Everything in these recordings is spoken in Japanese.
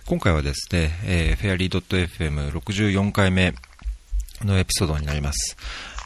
今回はですね、フェアリー .fm64 回目のエピソードになります。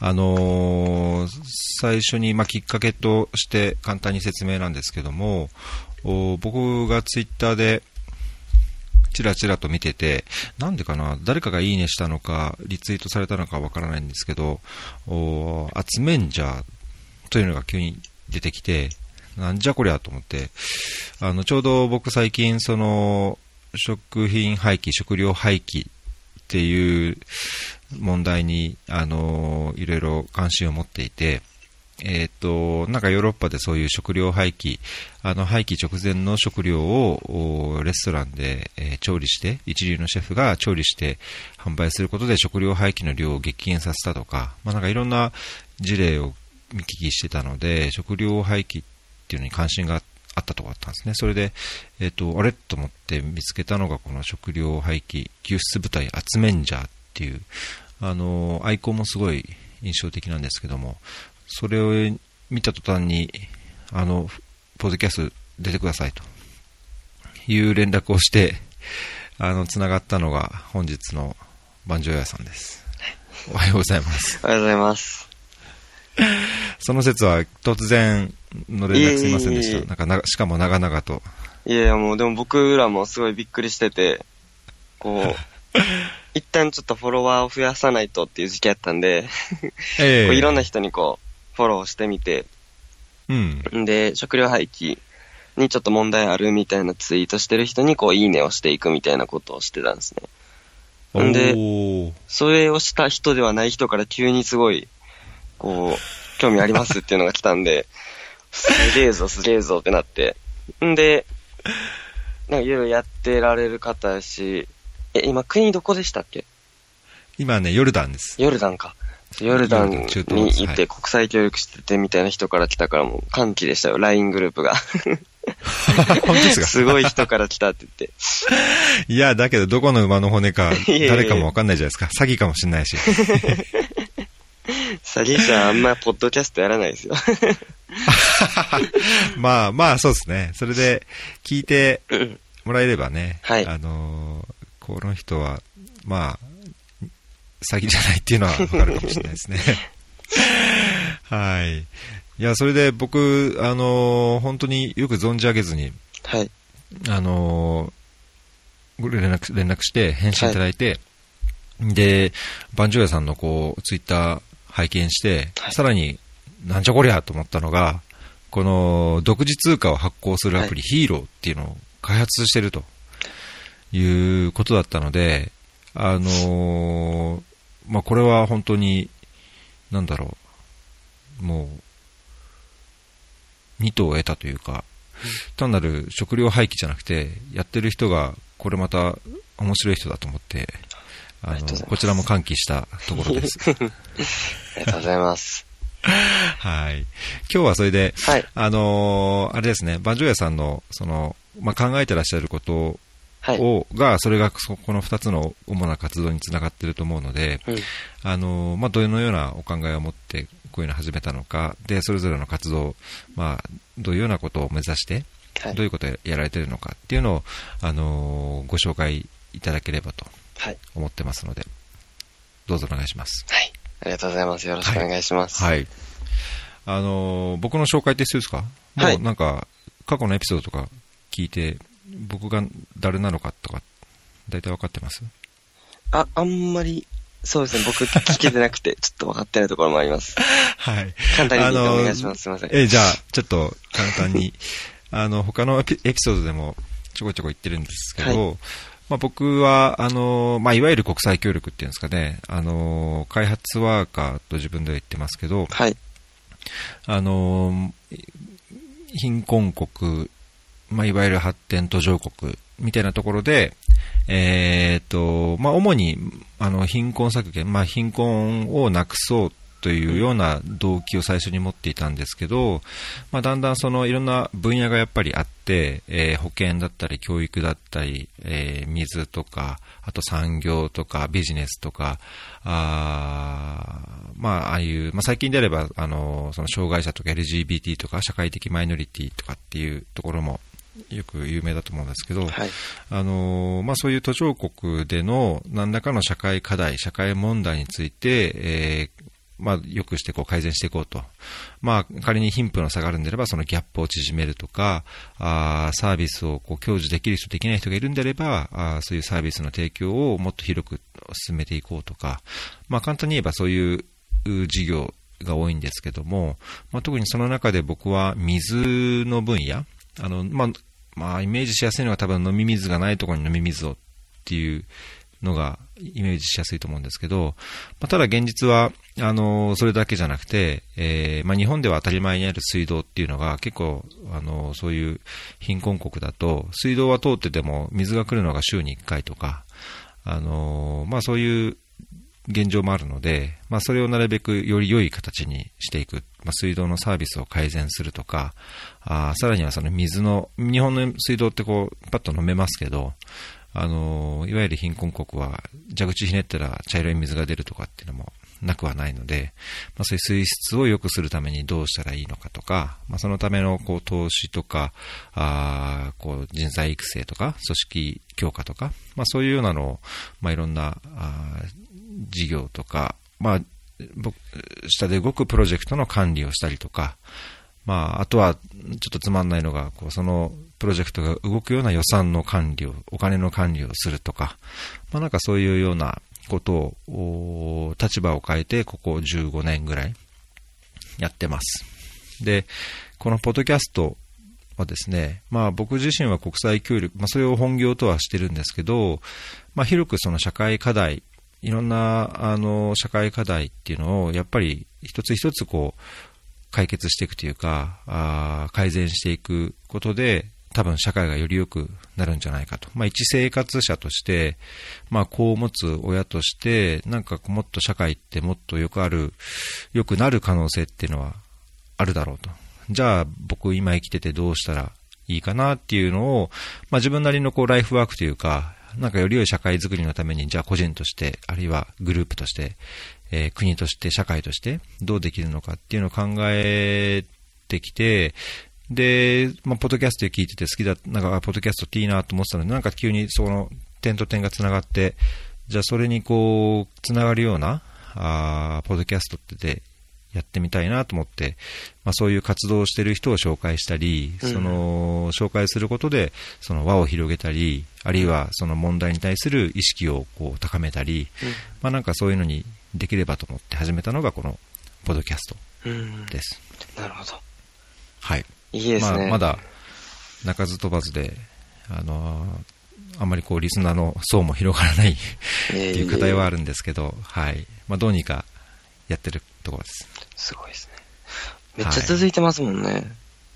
最初に、きっかけとして簡単に説明なんですけども、僕がツイッターでチラチラと見てて、なんでかな、誰かがいいねしたのかリツイートされたのかわからないんですけど、集めんじゃというのが急に出てきて、なんじゃこりゃと思って、ちょうど僕最近その食品廃棄、食料廃棄っていう問題にいろいろ関心を持っていて、なんかヨーロッパでそういう食料廃棄、廃棄直前の食料をレストランで、調理して、一流のシェフが調理して販売することで食料廃棄の量を激減させたとか、なんかいろんな事例を見聞きしてたので、食料廃棄っていうのに関心があったところだったんですね。それで、あれと思って見つけたのがこの食料廃棄救出部隊集めんじゃっていう、アイコンもすごい印象的なんですけども、それを見た途端に、ポッドキャスト出てくださいという連絡をして、つながったのが本日のバンジョー屋さんです。おはようございます。 おはようございます。 その説は突然の連絡すいませんでした。しかも長々と。 いやいや、もうでも僕らもすごいびっくりしてて、一旦ちょっとフォロワーを増やさないとっていう時期やったんで、いろんな人にフォローしてみて、で、食料廃棄にちょっと問題あるみたいなツイートしてる人にいいねをしていくみたいなことをしてたんですね。んで、それをした人ではない人から急にすごい、興味ありますっていうのが来たんで、すげえぞってなって。んで、なんかいろいろやってられる方やし、今国どこでしたっけ？ 今ね、ヨルダンです。 ヨルダンか。ヨルダンにいて国際協力しててみたいな人から来たからもう歓喜でしたよ、LINE グループが。 本当ですか？ すごい人から来たって言って。 いや、だけどどこの馬の骨か誰かもわかんないじゃないですか。詐欺かもしれないし。 詐欺師はあんまポッドキャストやらないですよ。 まあそうですね。それで聞いてもらえればね、 はい、 この人は詐欺じゃないっていうのはわかるかもしれないですね。はい。いや、それで僕本当によく存じ上げずに、 はい、 連絡して返信いただいて、はい、でバンジョー屋さんのツイッター拝見して、はい、さらになんじゃこりゃと思ったのが、この独自通貨を発行するアプリ、はい、ヒーローっていうのを開発してるということだったので、これは本当にもう二等を得たというか、単なる食料廃棄じゃなくて、やってる人がこれまた面白い人だと思って、こちらも歓喜したところです。 ありがとうございます。 はい。今日はそれで、 はい、 あれですね、バンジョー屋さんの考えてらっしゃることが、それがこの2つの主な活動につながっていると思うので、どのようなお考えを持ってこういうのを始めたのか、でそれぞれの活動、どういうようなことを目指して、どういうことをやられているのかっていうのを、ご紹介いただければと思ってますので、どうぞお願いします。 はい、ありがとうございます。よろしくお願いします。 はい。僕の紹介って必要ですか？もうなんか過去のエピソードとか聞いて、僕が誰なのかとか大体分かってます？ あんまりそうですね、僕聞けてなくてちょっと分かってないところもあります。はい。簡単にお願いします。すみません。 じゃあちょっと簡単に他のエピソードでもちょこちょこ言ってるんですけど、はい、僕はいわゆる国際協力っていうんですかね、開発ワーカーと自分では言ってますけど、 はい、 貧困国、いわゆる発展途上国みたいなところで、主に貧困削減、貧困をなくそうというような動機を最初に持っていたんですけど、だんだんいろんな分野がやっぱりあって、保健だったり教育だったり、水とか、あと産業とかビジネスとか、ああいう、最近であればその障害者とか LGBT とか社会的マイノリティとかっていうところもよく有名だと思うんですけど、 はい、 そういう途上国での何らかの社会課題、社会問題について、良くして改善していこうと。仮に貧富の差があるんであれば、そのギャップを縮めるとか、サービスを享受できる人、できない人がいるんであれば、そういうサービスの提供をもっと広く進めていこうとか、簡単に言えばそういう事業が多いんですけども、特にその中で僕は水の分野、イメージしやすいのが多分飲み水がないところに飲み水をっていうのがイメージしやすいと思うんですけど、ただ現実はそれだけじゃなくて、日本では当たり前にある水道っていうのが結構そういう貧困国だと水道は通ってても水が来るのが週に1回とか、そういう現状もあるので、それをなるべくより良い形にしていく、水道のサービスを改善するとか、さらにはその水の、日本の水道ってパッと飲めますけど、いわゆる貧困国は蛇口ひねったら茶色い水が出るとかっていうのもなくはないので、そういう水質を良くするためにどうしたらいいのかとか、そのための投資とか、人材育成とか、組織強化とか、そういうようなのを、いろんな事業とか、下で動くプロジェクトの管理をしたりとか、あとはちょっとつまんないのが、そのプロジェクトが動くような予算の管理を、お金の管理をするとか、なんかそういうようなことを、立場を変えて、ここ15年ぐらいやってます。で、このポッドキャストはですね、僕自身は国際協力、それを本業とはしてるんですけど、広くその社会課題、いろんな社会課題っていうのをやっぱり一つ一つ解決していくというか、改善していくことで多分社会がより良くなるんじゃないかと。一生活者として、子を持つ親として、なんかもっと社会ってもっと良くなる可能性っていうのはあるだろうと。じゃあ僕今生きててどうしたらいいかなっていうのを、自分なりのライフワークというか、なんかより良い社会づくりのために、じゃあ個人として、あるいはグループとして、国として、社会としてどうできるのかっていうのを考えてきて、で、ポッドキャストで聞いてて好きだ、なんかポッドキャストっていいなと思ってたので、なんか急にその点と点がつながって、じゃあそれにつながるようなポッドキャストってやってみたいなと思って、そういう活動をしている人を紹介したり、その紹介することでその輪を広げたり、あるいはその問題に対する意識を高めたり、なんかそういうのにできればと思って始めたのがこのポッドキャストです。 なるほど。 はい。 いいですね。 まだ鳴かず飛ばずで、あんまりリスナーの層も広がらないっていう課題はあるんですけど、はい。どうにかやってるところです。 すごいですね。めっちゃ続いてますもんね。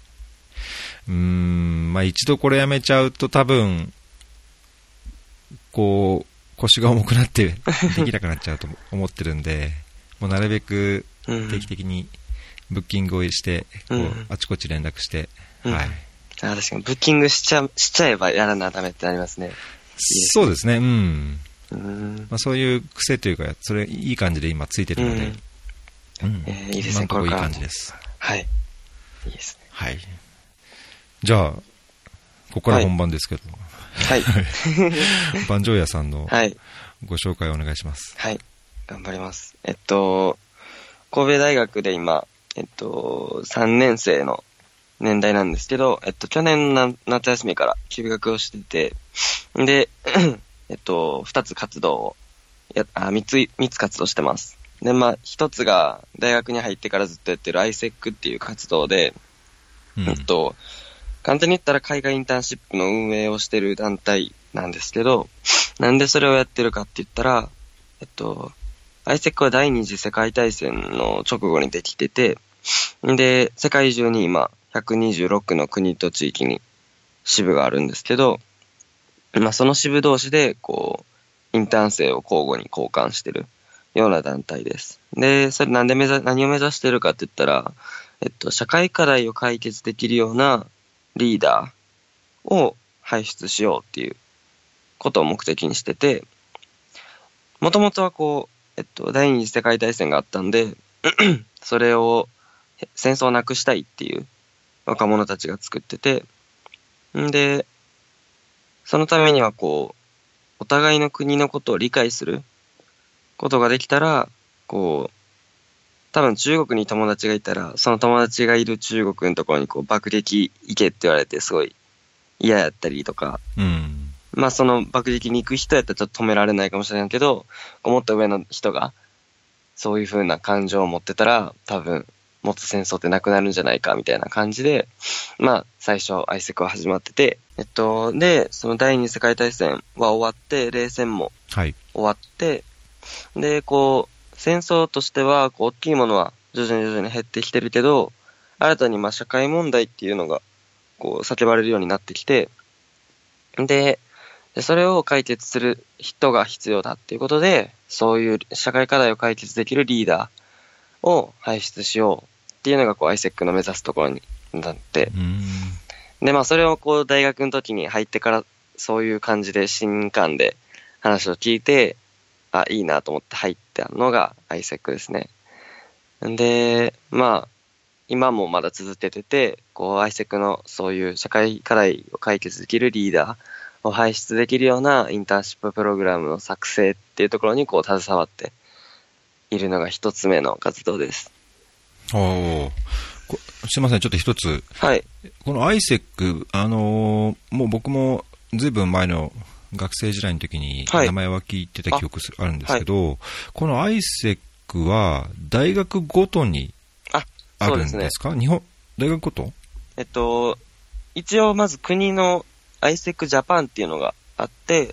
はい、一度これやめちゃうと多分、腰が重くなってできなくなっちゃうと思ってるんで、もうなるべく定期的にブッキングをして、あちこち連絡して、はい。 確かにブッキングしちゃえばやらなダメってなりますね。 そうですね。そういう癖というか、それいい感じで今ついてるので、 いいですね。 これいい感じです。 はい。いいですね。 はい。じゃあ、ここから本番ですけど、 はい。 バンジョーヤさんのご紹介をお願いします。 はい。頑張ります。神戸大学で今、3年生の年代なんですけど、去年の夏休みから休学をしてて、で、2つ活動を3つ活動してます。で、1つが大学に入ってからずっとやってる ISEC っていう活動で、簡単に言ったら海外インターンシップの運営をしてる団体なんですけど、なんでそれをやってるかって言ったら、ISEC は第二次世界大戦の直後にできてて、で、世界中に今、126の国と地域に支部があるんですけど、その支部同士で、インターン生を交互に交換してるような団体です。で、それ何を目指してるかって言ったら、社会課題を解決できるようなリーダーを輩出しようっていうことを目的にしてて、もともとは第二次世界大戦があったんで、それを戦争をなくしたいっていう若者たちが作ってて、 んで、そのためにはこう、お互いの国のことを理解することができたら、こう、多分中国に友達がいたら、その友達がいる中国のところにこう爆撃行けって言われてすごい嫌やったりとか、まあその爆撃に行く人やったらちょっと止められないかもしれないけど、もっと上の人がそういう風な感情を持ってたら、多分もっと戦争ってなくなるんじゃないかみたいな感じで、まあ最初ISECは始まってて、で、その第二次世界大戦は終わって、冷戦も終わって、で、こう、戦争としては、こう、大きいものは徐々に減ってきてるけど、新たにまあ社会問題っていうのが、こう、叫ばれるようになってきて、で、それを解決する人が必要だっていうことで、そういう社会課題を解決できるリーダーを輩出しようっていうのが、こう、ISEC の目指すところになって、で、まあ、それをこう、大学の時に入ってから、そういう感じで新刊で話を聞いて、あ、いいなと思って入ったのが ISEC ですね。で、まあ、今もまだ続けてて、こう ISEC のそういう社会課題を解決できるリーダーを輩出できるようなインターンシッププログラムの作成っていうところにこう携わっているのが一つ目の活動です。 すいません、ちょっと一つ。 はい。 この ISEC、もう僕もずいぶん前の学生時代の時に名前は聞いてた記憶あるんですけど、この ISEC は大学ごとにあるんですか？日本、大学ごと？ 一応まず国の ISEC Japan っていうのがあって、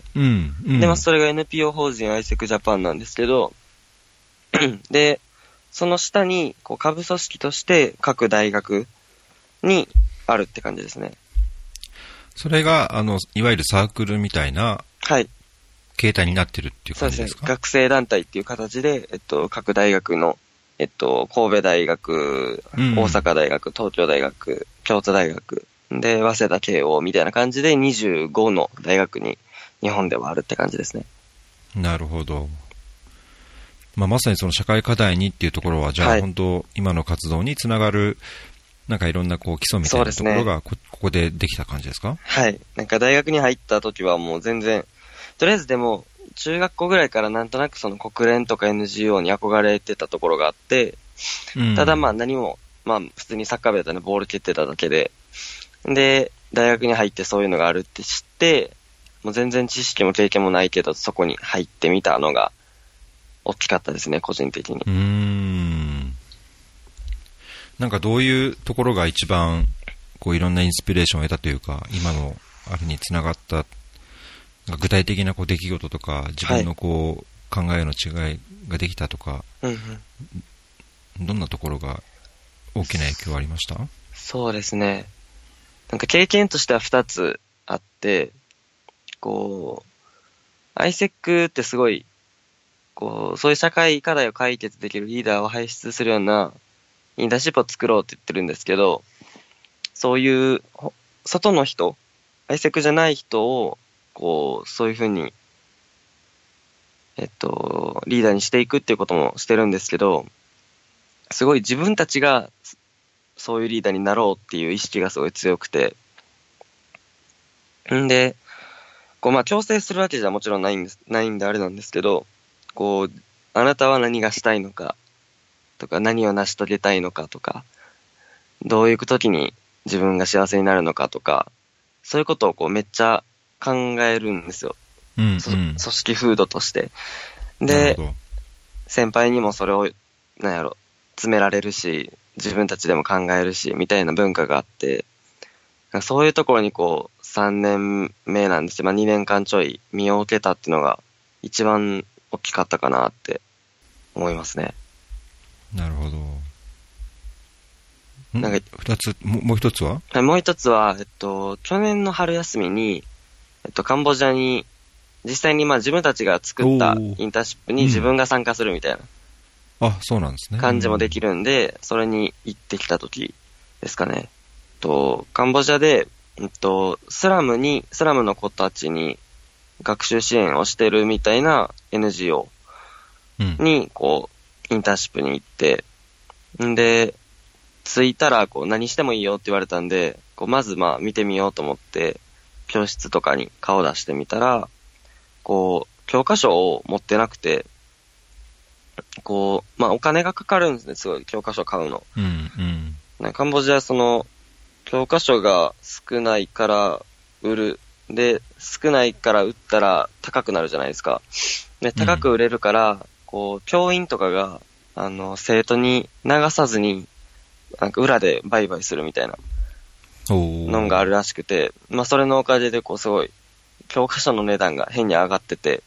で、まあそれが NPO 法人 ISEC Japan なんですけど、で、その下にこう下部組織として各大学にあるって感じですね。 それが、いわゆるサークルみたいな、形態になってるっていう感じですか？ そうですね。学生団体っていう形で、各大学の、神戸大学、大阪大学、東京大学、京都大学、で、早稲田慶応みたいな感じで25の大学に日本ではあるって感じですね。 なるほど。まあ、まさにその社会課題にっていうところは、じゃあ本当、今の活動につながる、なんかいろんなこう基礎みたいなところがここでできた感じですか？ はい。なんか大学に入った時はもう全然、とりあえずでも中学校ぐらいからなんとなくその国連とか NGO に憧れてたところがあって、ただまあ何も、まあ普通にサッカー部だったね、ボール蹴ってただけで、で、大学に入ってそういうのがあるって知って、もう全然知識も経験もないけどそこに入ってみたのが大きかったですね、個人的に。 なんかどういうところが一番こういろんなインスピレーションを得たというか、今のあれにつながった、具体的なこう出来事とか、自分のこう考えの違いができたとか、どんなところが大きな影響ありました？ そうですね。なんか経験としては2つあって、こう、ISEC ってすごい、こう、そういう社会課題を解決できるリーダーを輩出するようなインターンシップを作ろうって言ってるんですけど、そういう外の人、ISEC じゃない人をこうそういうふうにリーダーにしていくっていうこともしてるんですけど、すごい自分たちがそういうリーダーになろうっていう意識がすごい強くて、んでこうまあ強制するわけじゃもちろんないんであれなんですけど、こうあなたは何がしたいのかとか、何を成し遂げたいのかとか、どういう時に自分が幸せになるのかとか、そういうことをこうめっちゃ考えるんですよ。組織風土として。で、先輩にもそれを、詰められるし、自分たちでも考えるし、みたいな文化があって、そういうところにこう、3年目なんですよ。まあ2年間ちょい身を受けたっていうのが一番大きかったかなって思いますね。 なるほど。なんか二つ、もう一つは？ はい、もう一つは、去年の春休みに、カンボジアに、実際にまあ自分たちが作ったインターンシップに自分が参加するみたいな、 そうなんですね。 感じもできるんで、それに行ってきた時ですかね。カンボジアで、スラムの子たちに学習支援をしてるみたいな NGO に、こう、インターンシップに行って、んで、着いたら、こう、何してもいいよって言われたんで、 まず見てみようと思って、教室とかに顔出してみたら、教科書を持ってなくて、お金がかかるんですね、すごい、教科書買うの。カンボジア教科書が少ないから売る。で、少ないから売ったら高くなるじゃないですか。で、高く売れるから、教員とかが、生徒に流さずに、裏で売買するみたいなのがあるらしくて、それのおかげで、すごい、教科書の値段が変に上がってて、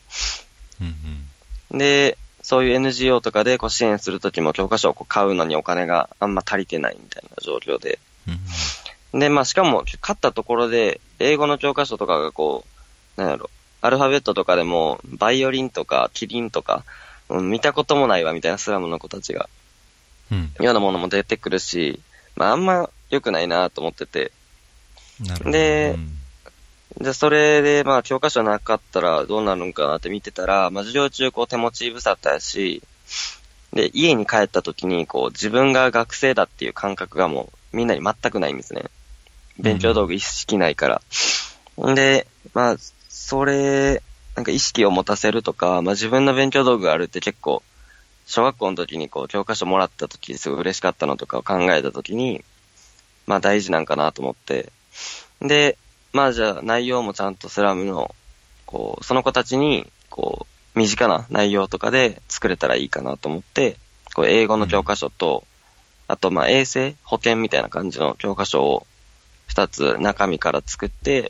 で、そういう NGO とかで支援するときも教科書を買うのにお金があんま足りてないみたいな状況で、で、しかも、買ったところで、英語の教科書とかがアルファベットとかでも、バイオリンとか、キリンとか、見たこともないわ、みたいなスラムの子たちが、ようなものも出てくるし、あんま良くないなと思ってて。で、じゃあそれで、教科書なかったらどうなるんかなって見てたら、授業中手持ち無沙汰やし、で、家に帰った時に、自分が学生だっていう感覚がもう、みんなに全くないんですね。勉強道具意識ないから。で、それ、意識を持たせるとか、自分の勉強道具があるって結構、小学校の時に教科書もらった時すごい嬉しかったのとかを考えた時に、大事なんかなと思って。で、じゃあ内容もちゃんとスラムの、その子たちに、身近な内容とかで作れたらいいかなと思って、英語の教科書と、あと衛生保健みたいな感じの教科書を2つ中身から作って、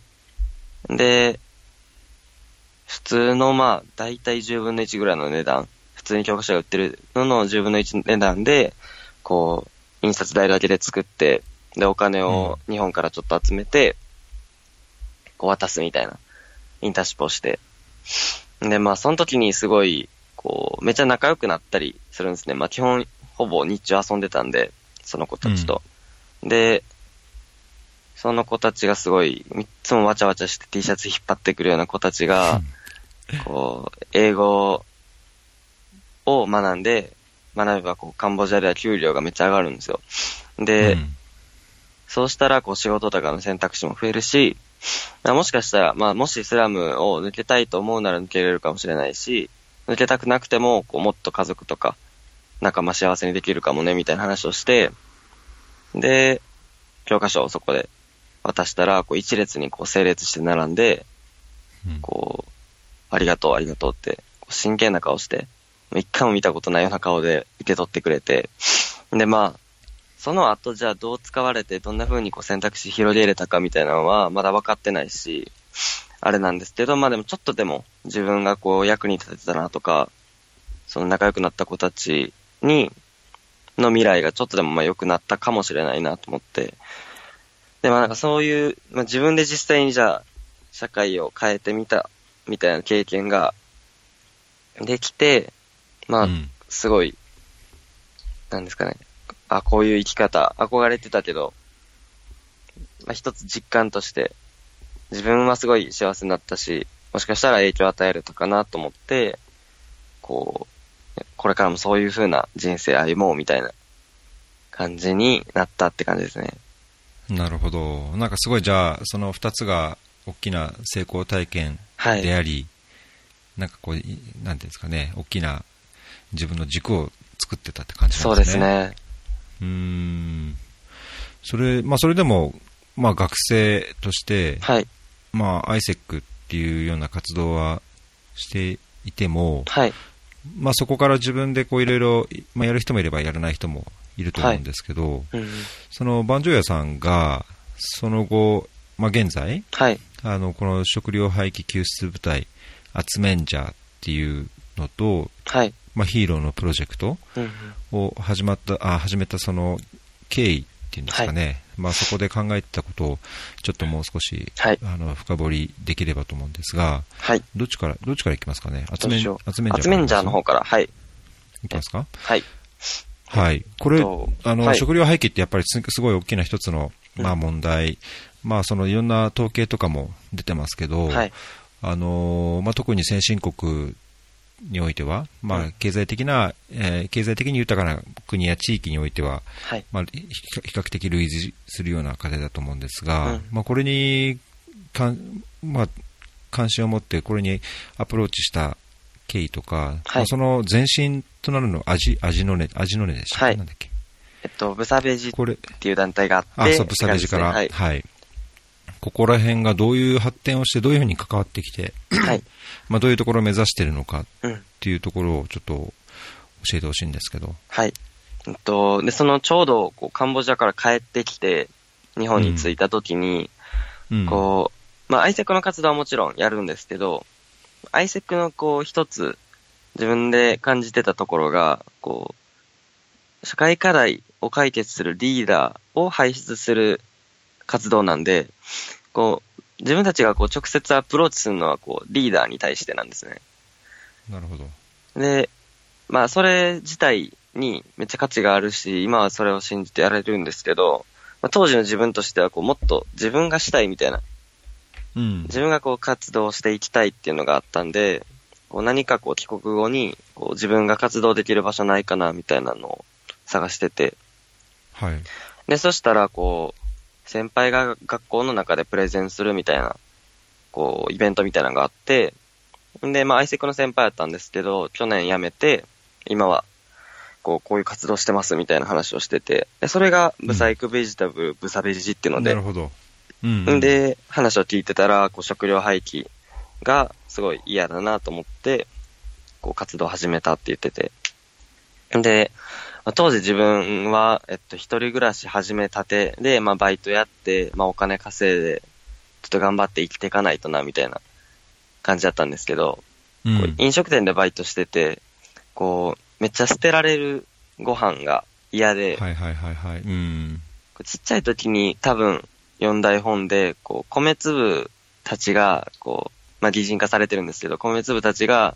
で、普通のだいたい10分の1ぐらいの値段、普通に教科書が売ってるのの10分の1値段で、印刷代だけで作って、で、お金を日本からちょっと集めて、渡すみたいな、インターンシップをして。で、その時にすごい、めっちゃ仲良くなったりするんですね。基本、ほぼ日中遊んでたんで、その子たちと。で、その子たちがすごい、いつもわちゃわちゃして T シャツ引っ張ってくるような子たちが、英語を学んで、学べばカンボジアでは給料がめっちゃ上がるんですよ。で、そうしたら仕事とかの選択肢も増えるし、もしかしたら、もしスラムを抜けたいと思うなら抜けれるかもしれないし、抜けたくなくても、もっと家族とか、仲間幸せにできるかもね、みたいな話をして、で、教科書をそこで渡したら、一列に整列して並んで、ありがとう、ありがとうって、真剣な顔して、一回も見たことないような顔で受け取ってくれて、で、その後じゃあどう使われて、どんな風に選択肢広げれたかみたいなのは、まだ分かってないし、あれなんですけど、でもちょっとでも自分が役に立てたなとか、その仲良くなった子たちの未来がちょっとでも良くなったかもしれないなと思って、で、そういう、自分で実際にじゃあ、社会を変えてみた、みたいな経験ができて、すごい、なんですかね。こういう生き方、憧れてたけど、一つ実感として、自分はすごい幸せになったし、もしかしたら影響を与えるとかなと思って、これからもそういう風な人生歩もうみたいな感じになったって感じですね。 なるほど。すごい、じゃあ、その二つが大きな成功体験であり、なんていうんですかね、大きな自分の軸を作ってたって感じなんですね。 そうですね。 それでも、学生として、 はい。 ISEC っていうような活動はしていても、 はい。 そこから自分でいろいろ、やる人もいればやらない人もいると思うんですけど、そのバンジョーヤさんが、その後、現在、 はい。 この食料廃棄救出部隊、集めんじゃっていうのと、 はい。 ヒーローのプロジェクトを始めたその経緯っていうんですかね、そこで考えてたことをちょっともう少し、深掘りできればと思うんですが、 はい、 どっちからいきますかね。集めんじゃの方から、はい。 いきますか。 はい。 はい。これ、食料廃棄ってやっぱりすごい大きな一つの、問題、そのいろんな統計とかも出てますけど、はい、特に先進国においては、まあ、経済的に豊かな国や地域においては、 はい、 まあ、比較的類似するような課題だと思うんですが、まあ、これにまあ、関心を持ってこれにアプローチした経緯とか、 はい、 まあ、その前身となるの味の根でしたっけ、 はい、 なんだっけ、 ブサベジっていう団体があって、 そう、ブサベジから、はい、はい、ここら辺がどういう発展をしてどういうふうに関わってきて、はい、まあどういうところを目指しているのかっていうところをちょっと教えてほしいんですけど。 はい。で、ちょうどカンボジアから帰ってきて日本に着いた時に、まあアイセクの活動はもちろんやるんですけど、アイセクの一つ自分で感じてたところが、社会課題を解決するリーダーを輩出する活動なんで、自分たちが直接アプローチするのはリーダーに対してなんですね。 なるほど。 で、まあそれ自体にめっちゃ価値があるし、今はそれを信じてやれるんですけど、まあ、当時の自分としてはもっと自分がしたいみたいな、自分が活動していきたいっていうのがあったんで、何か帰国後に自分が活動できる場所ないかなみたいなのを探してて、 はい。 で、そしたら先輩が学校の中でプレゼンするみたいなイベントみたいなのがあって、で、まあアイセクの先輩だったんですけど、去年辞めて今はこういう活動してますみたいな話をしてて、でそれがブサイクベジタブル、ブサベジっていうので、 なるほど。 で、話を聞いてたら、食料廃棄がすごい嫌だなと思って、活動を始めたって言ってて。で、当時自分は、一人暮らし始めたてで、まあ、バイトやって、まあ、お金稼いで、ちょっと頑張って生きていかないとな、みたいな感じだったんですけど、飲食店でバイトしてて、めっちゃ捨てられるご飯が嫌で、 はいはいはいはい。 ちっちゃい時に多分、読んだ絵本で、米粒たちが、まあ、擬人化されてるんですけど、米粒たちが、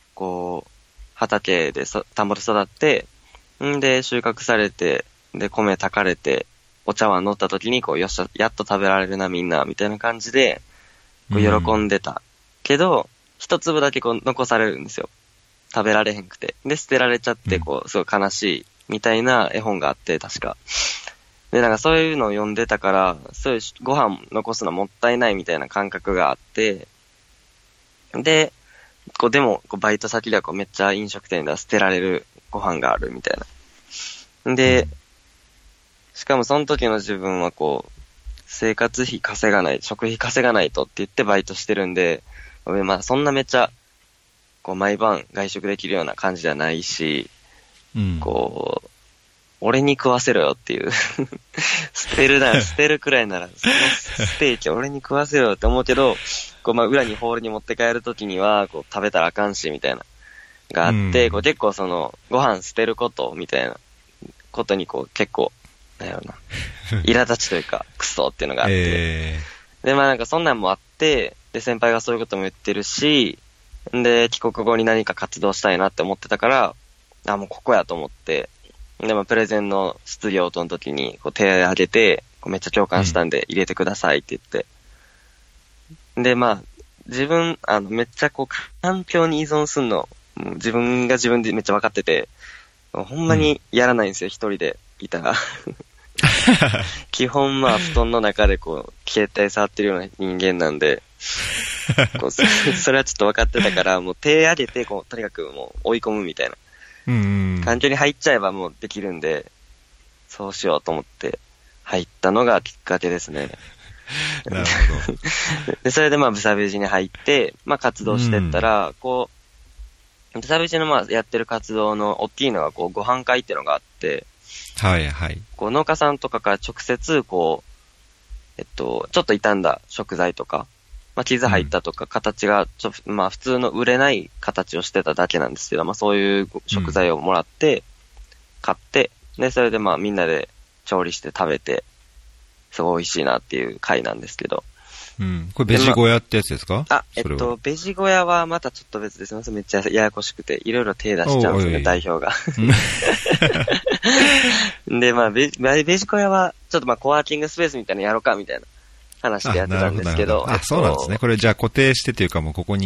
畑で田んぼで育って、で、収穫されて、で、米炊かれて、お茶碗乗った時に、よっしゃ、やっと食べられるな、みんな、みたいな感じで、喜んでた。けど、一粒だけ残されるんですよ。食べられへんくて。で、捨てられちゃって、すごい悲しい、みたいな絵本があって、確か。で、なんかそういうのを読んでたから、そういうご飯残すのもったいないみたいな感覚があって、で、でも、バイト先ではめっちゃ飲食店では捨てられるご飯があるみたいな。で、しかもその時の自分は生活費稼がない、食費稼がないとって言ってバイトしてるんで、まあそんなめっちゃ、毎晩外食できるような感じじゃないし、俺に食わせろよっていう捨てるくらいなら、そのステーキ俺に食わせろよって思うけど、まあ、裏にホールに持って帰るときには、食べたらあかんし、みたいな、があって、結構ご飯捨てること、みたいなことに結構、なんやろな、苛立ちというか、クソっていうのがあって、で、まあなんかそんなんもあって、で、先輩がそういうことも言ってるし、で、帰国後に何か活動したいなって思ってたから、もうここやと思って、で、まあ、プレゼンの質疑応答の時に、手を挙げて、めっちゃ共感したんで、入れてくださいって言って。で、まあ、自分、めっちゃ環境に依存すんの、自分が自分でめっちゃ分かってて、ほんまにやらないんですよ、一人でいたら。基本、まあ、布団の中で携帯触ってるような人間なんで、それはちょっと分かってたから、もう手挙げて、とにかくもう追い込むみたいな。環境に入っちゃえばもうできるんで、そうしようと思って入ったのがきっかけですね。 なるほど。 で、それでまあブサベジに入って、まあ活動してったら、ブサベジのまあやってる活動の大きいのがご飯会っていうのがあって、 はいはい。 農家さんとかから直接ちょっと傷んだ食材とか、まあ、傷入ったとか、形がまあ、普通の売れない形をしてただけなんですけど、まあ、そういう食材をもらって、買って、で、それでまあ、みんなで調理して食べて、すごい美味しいなっていう回なんですけど。 これベジ小屋ってやつですか？ ベジ小屋はまたちょっと別です。めっちゃややこしくて、いろいろ手出しちゃうんですね、代表が。で、まあ、ベジ小屋は、ちょっとまあ、コワーキングスペースみたいなのやろうか、みたいな話でやってたんですけど。 そうなんですね。これじゃあ固定してというかもうここに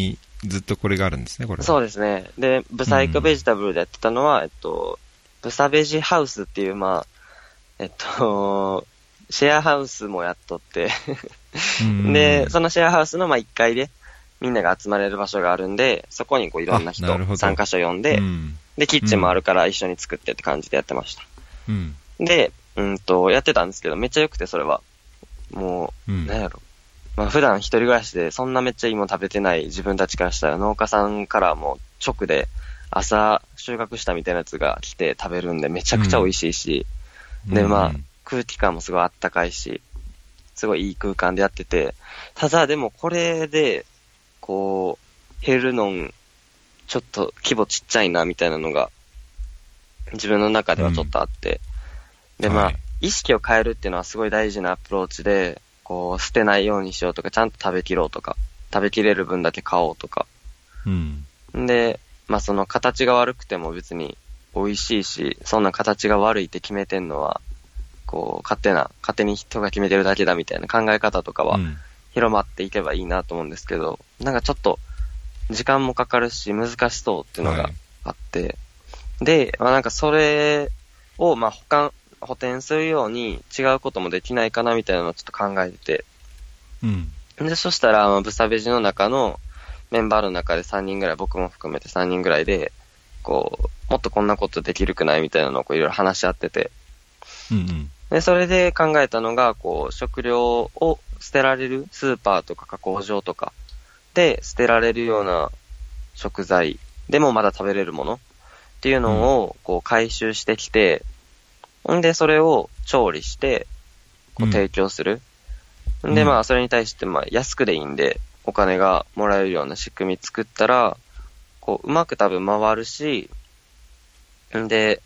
ずっとこれがあるんですね、これ。 そうですね。で、ブサイクベジタブルでやってたのは、ブサベジハウスっていう、まあ、シェアハウスもやっとってで、そのシェアハウスのまあ1階でみんなが集まれる場所があるんで、そこにこういろんな人参加者呼んで、で、キッチンもあるから一緒に作ってって感じでやってました。で、やってたんですけど、めっちゃ良くて、それは。もう、なんやろ。まあ普段一人暮らしでそんなめっちゃいいもの食べてない自分たちからしたら農家さんからも直で朝収穫したみたいなやつが来て食べるんでめちゃくちゃ美味しいし、でまあ空気感もすごいあったかいし、すごいいい空間でやってて、ただでもこれで、こう、減るのん、ちょっと規模ちっちゃいなみたいなのが自分の中ではちょっとあって、でまあ、意識を変えるっていうのはすごい大事なアプローチで、こう捨てないようにしようとか、ちゃんと食べきろうとか、食べきれる分だけ買おうとか。で、まあその形が悪くても別に美味しいし、そんな形が悪いって決めてんのは、こう勝手に人が決めてるだけだみたいな考え方とかは広まっていけばいいなと思うんですけど、なんかちょっと時間もかかるし難しそうっていうのがあって、で、まあなんかそれをまあ補填するように違うこともできないかなみたいなのをちょっと考えてて。で、そしたら、ブサベジの中のメンバーの中で3人ぐらい、僕も含めて3人ぐらいで、こう、もっとこんなことできるくないみたいなのをこういろいろ話し合ってて。で、それで考えたのが、こう、食料を捨てられるスーパーとか加工場とかで捨てられるような食材でもまだ食べれるものっていうのをこう回収してきて、んで、それを調理して、こう提供する。で、まあ、それに対して、まあ、安くでいいんで、お金がもらえるような仕組み作ったら、こう、うまく多分回るし、んで、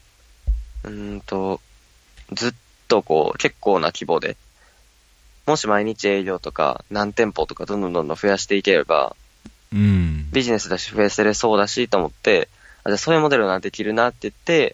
ずっとこう、結構な規模で、もし毎日営業とか、何店舗とかどんどん増やしていければ、ビジネスだし増やせれそうだしと思って、じゃあそういうモデルができるなって言って、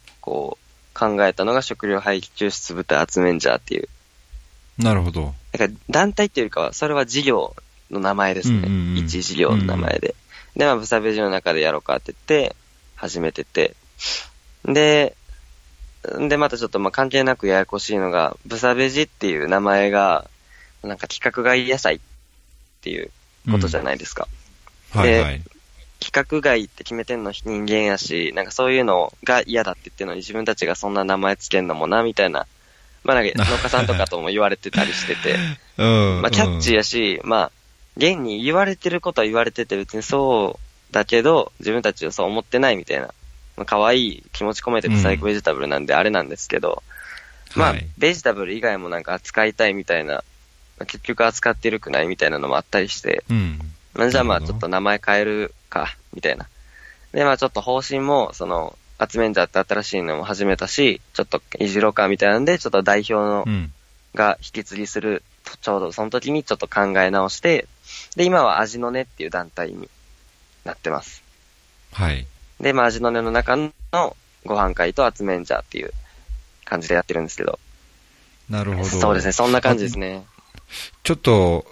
こう、考えたのが食料廃棄抽出部隊集めんじゃっていう。 なるほど。 だから団体っていうよりかは、それは事業の名前ですね。一事業の名前で。で、まあ、ブサベジの中でやろうかって言って、始めてて。で、またちょっとまあ関係なくややこしいのが、ブサベジっていう名前が、なんか規格外野菜っていうことじゃないですか。で、規格外って決めてんの人間やし、なんかそういうのが嫌だって言ってるのに自分たちがそんな名前つけんのもな、みたいな。まあなんか農家さんとかとも言われてたりしてて。まあキャッチーやし、まあ、現に言われてることは言われてて別にそうだけど、自分たちはそう思ってないみたいな。まあ可愛い気持ち込めてブサイクベジタブルなんであれなんですけど、まあ、ベジタブル以外もなんか扱いたいみたいな、結局扱ってるくないみたいなのもあったりして、じゃあまあちょっと名前変えるか、みたいな。で、まあちょっと方針も、その、集めんじゃって新しいのも始めたし、ちょっといじろうかみたいなんで、ちょっと代表の、が引き継ぎする、ちょうどその時にちょっと考え直して、で、今は味の根っていう団体になってます。で、まあ味の根の中のご飯会と集めんじゃっていう感じでやってるんですけど。 なるほど。 そうですね、そんな感じですね。 ちょっと、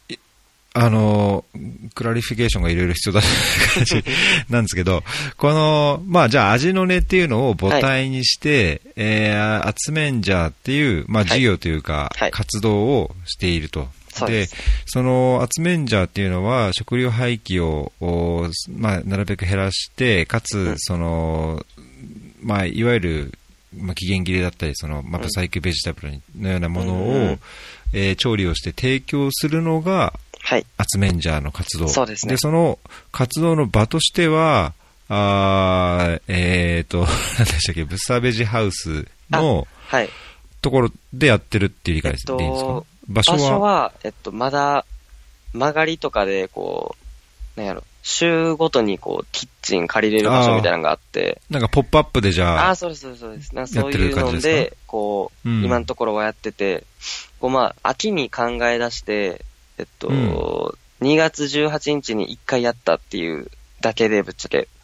クラリフィケーションがいろいろ必要だって感じなんですけど、この、まあじゃあ味の根っていうのを母体にして、集めんじゃっていう、まあ事業というか、活動をしていると。で、その集めんじゃっていうのは食料廃棄を、まあなるべく減らして、かつ、その、まあいわゆる、まあ期限切れだったり、その、まあブサイクベジタブルのようなものを、調理をして提供するのが、集めんじゃの活動。 そうですね。 で、その活動の場としては、何でしたっけ、ブサベジハウスのところでやってるっていう理解でいいんですか？場所は、 まだ、曲がりとかで、こう、なんやろ、週ごとにこう、キッチン借りれる場所みたいなのがあって、 なんかポップアップでじゃあ、 そうです。なんかそういうので、こう、今のところはやってて、こうまあ、秋に考え出して、2月18日に1回やったっていうだけでぶっちゃけ。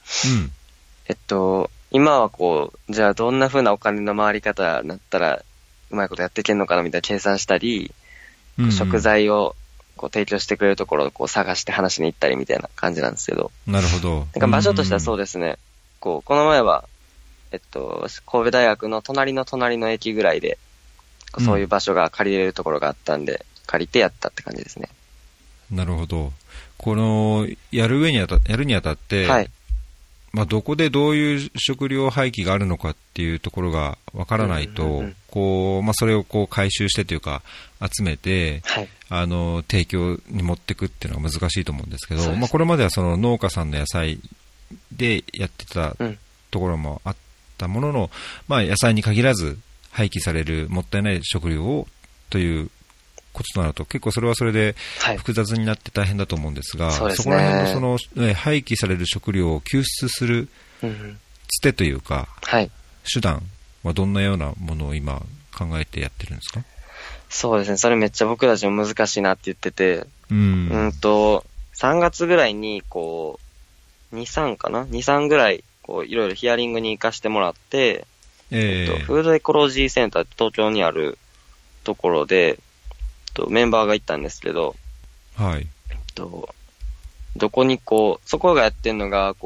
今はこう、じゃあどんな風なお金の回り方になったら、うまいことやっていけんのかなみたいな計算したり、食材をこう提供してくれるところをこう探して話しに行ったりみたいな感じなんですけど。 なるほど。 なんか場所としてはそうですね。この前は、神戸大学の隣の駅ぐらいで、そういう場所が借りれるところがあったんで、借りてやったって感じですね。 なるほど。やるにあたって、はい。まあ、どこでどういう食料廃棄があるのかっていうところがわからないと、まあ、それを回収してというか、集めて、はい、提供に持っていくっていうのが難しいと思うんですけど、まあ、これまではその農家さんの野菜でやってたところもあったものの、まあ、野菜に限らず廃棄されるもったいない食料をということとなると、結構それはそれで複雑になって大変だと思うんですが、はい、そこら辺の廃棄される食料を救出するつてというか、はい、手段はどんなようなものを今考えてやってるんですか？ そうですね、それめっちゃ僕たちも難しいなって言ってて、3月ぐらいに2、3ぐらいいろいろヒアリングに行かしてもらって、フードエコロジーセンターって東京にあるところで、メンバーが行ったんですけど、はい。どこにそこがやってるのが、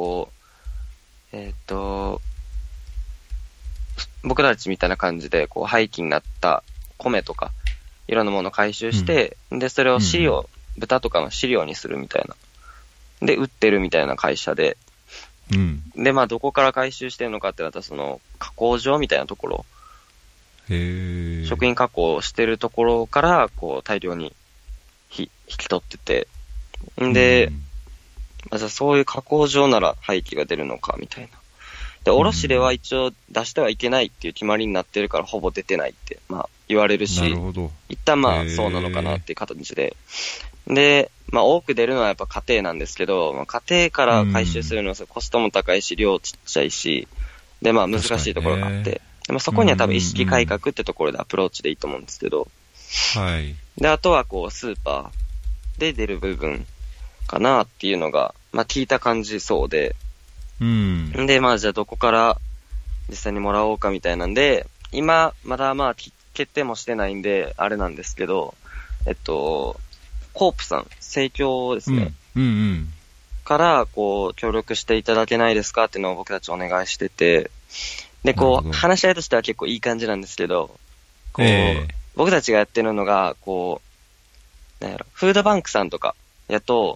僕たちみたいな感じで、廃棄になった米とか、いろんなものを回収して、で、それを豚とかの飼料にするみたいな。で、売ってるみたいな会社で、で、まあ、どこから回収してるのかってなったら、その、加工場みたいなところ、食品加工してるところから、大量に引き取ってて、で、まあ、じゃあそういう加工場なら廃棄が出るのか、みたいな。で、卸では一応出してはいけないっていう決まりになってるから、ほぼ出てないって、まあ、言われるし、一旦まあ、そうなのかなっていう形で。で、まあ、多く出るのはやっぱ家庭なんですけど、まあ、家庭から回収するのはコストも高いし、量ちっちゃいし、で、まあ、難しいところがあって、でもそこには多分意識改革ってところでアプローチでいいと思うんですけど、はい。で、あとはスーパーで出る部分かなっていうのが、まあ、聞いた感じそうで、で、まあ、じゃあどこから実際にもらおうかみたいなんで、今、まだまあ、決定もしてないんで、あれなんですけど、コープさん、生協ですね。から、協力していただけないですかっていうのを僕たちお願いしてて、で、話し合いとしては結構いい感じなんですけど、僕たちがやってるのが、フードバンクさんとかやと、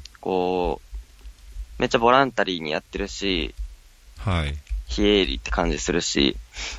めっちゃボランタリーにやってるし、はい。非営利って感じするし、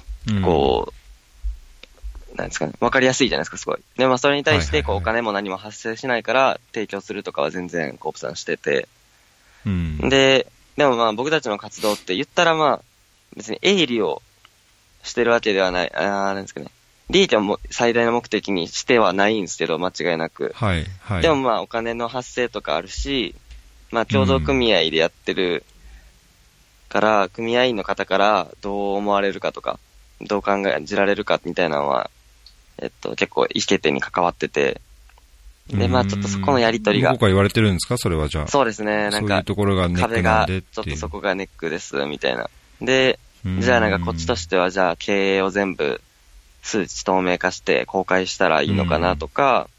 なんですかね、わかりやすいじゃないですか、すごい。で、まあ、それに対して、お金も何も発生しないから、提供するとかは全然、コープさんしてて、でもまあ、僕たちの活動って言ったらまあ、別に営利をしてるわけではない、なんですかね。利益を最大の目的にしてはないんですけど、間違いなく。はい。はい。でもまあ、お金の発生とかあるし、まあ、共同組合でやってるから、組合員の方からどう思われるかとか、どう考えられるかみたいなのは、結構意思決定に関わってて、で、まあちょっとそこのやりとりが。 どこか言われてるんですかそれはじゃあ。 そうですね。なんか、そういうところがネックなんでっていう。 ちょっとそこがネックです、みたいな。で、じゃあなんかこっちとしては、じゃあ経営を全部数値透明化して公開したらいいのかなとか、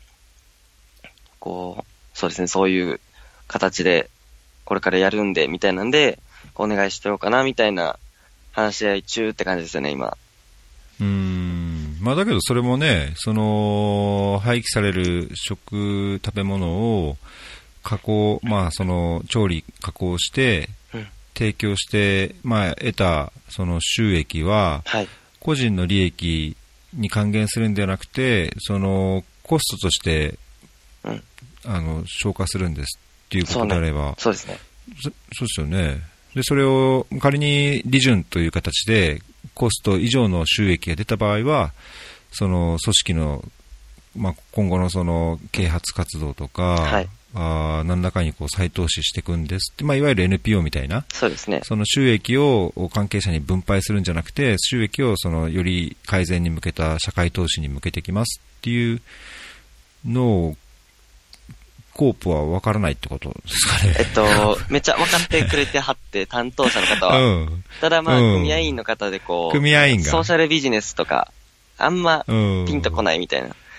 そうですね、そういう形でこれからやるんで、みたいなんで、お願いしてようかな、みたいな話し合い中って感じですよね、今。 まあだけどそれもね、廃棄される食べ物をまあ調理加工して、提供して、まあ得たその収益は、個人の利益に還元するんではなくて、コストとして、消化するんですっていうことであれば、 そうですね。 そうですよね。で、それを仮に利潤という形でコスト以上の収益が出た場合は、その組織の、まあ、今後のその啓発活動とか、何らかに再投資していくんですって、まあ、いわゆる NPO みたいな、 そうですね。 その収益を関係者に分配するんじゃなくて、収益をより改善に向けた社会投資に向けていきますっていうのを、コープは分からないってことですかね。 めっちゃ分かってくれてはって、担当者の方は。ただまあ、組合員の方で組合員が。 ソーシャルビジネスとか、あんま、ピンとこないみたいな。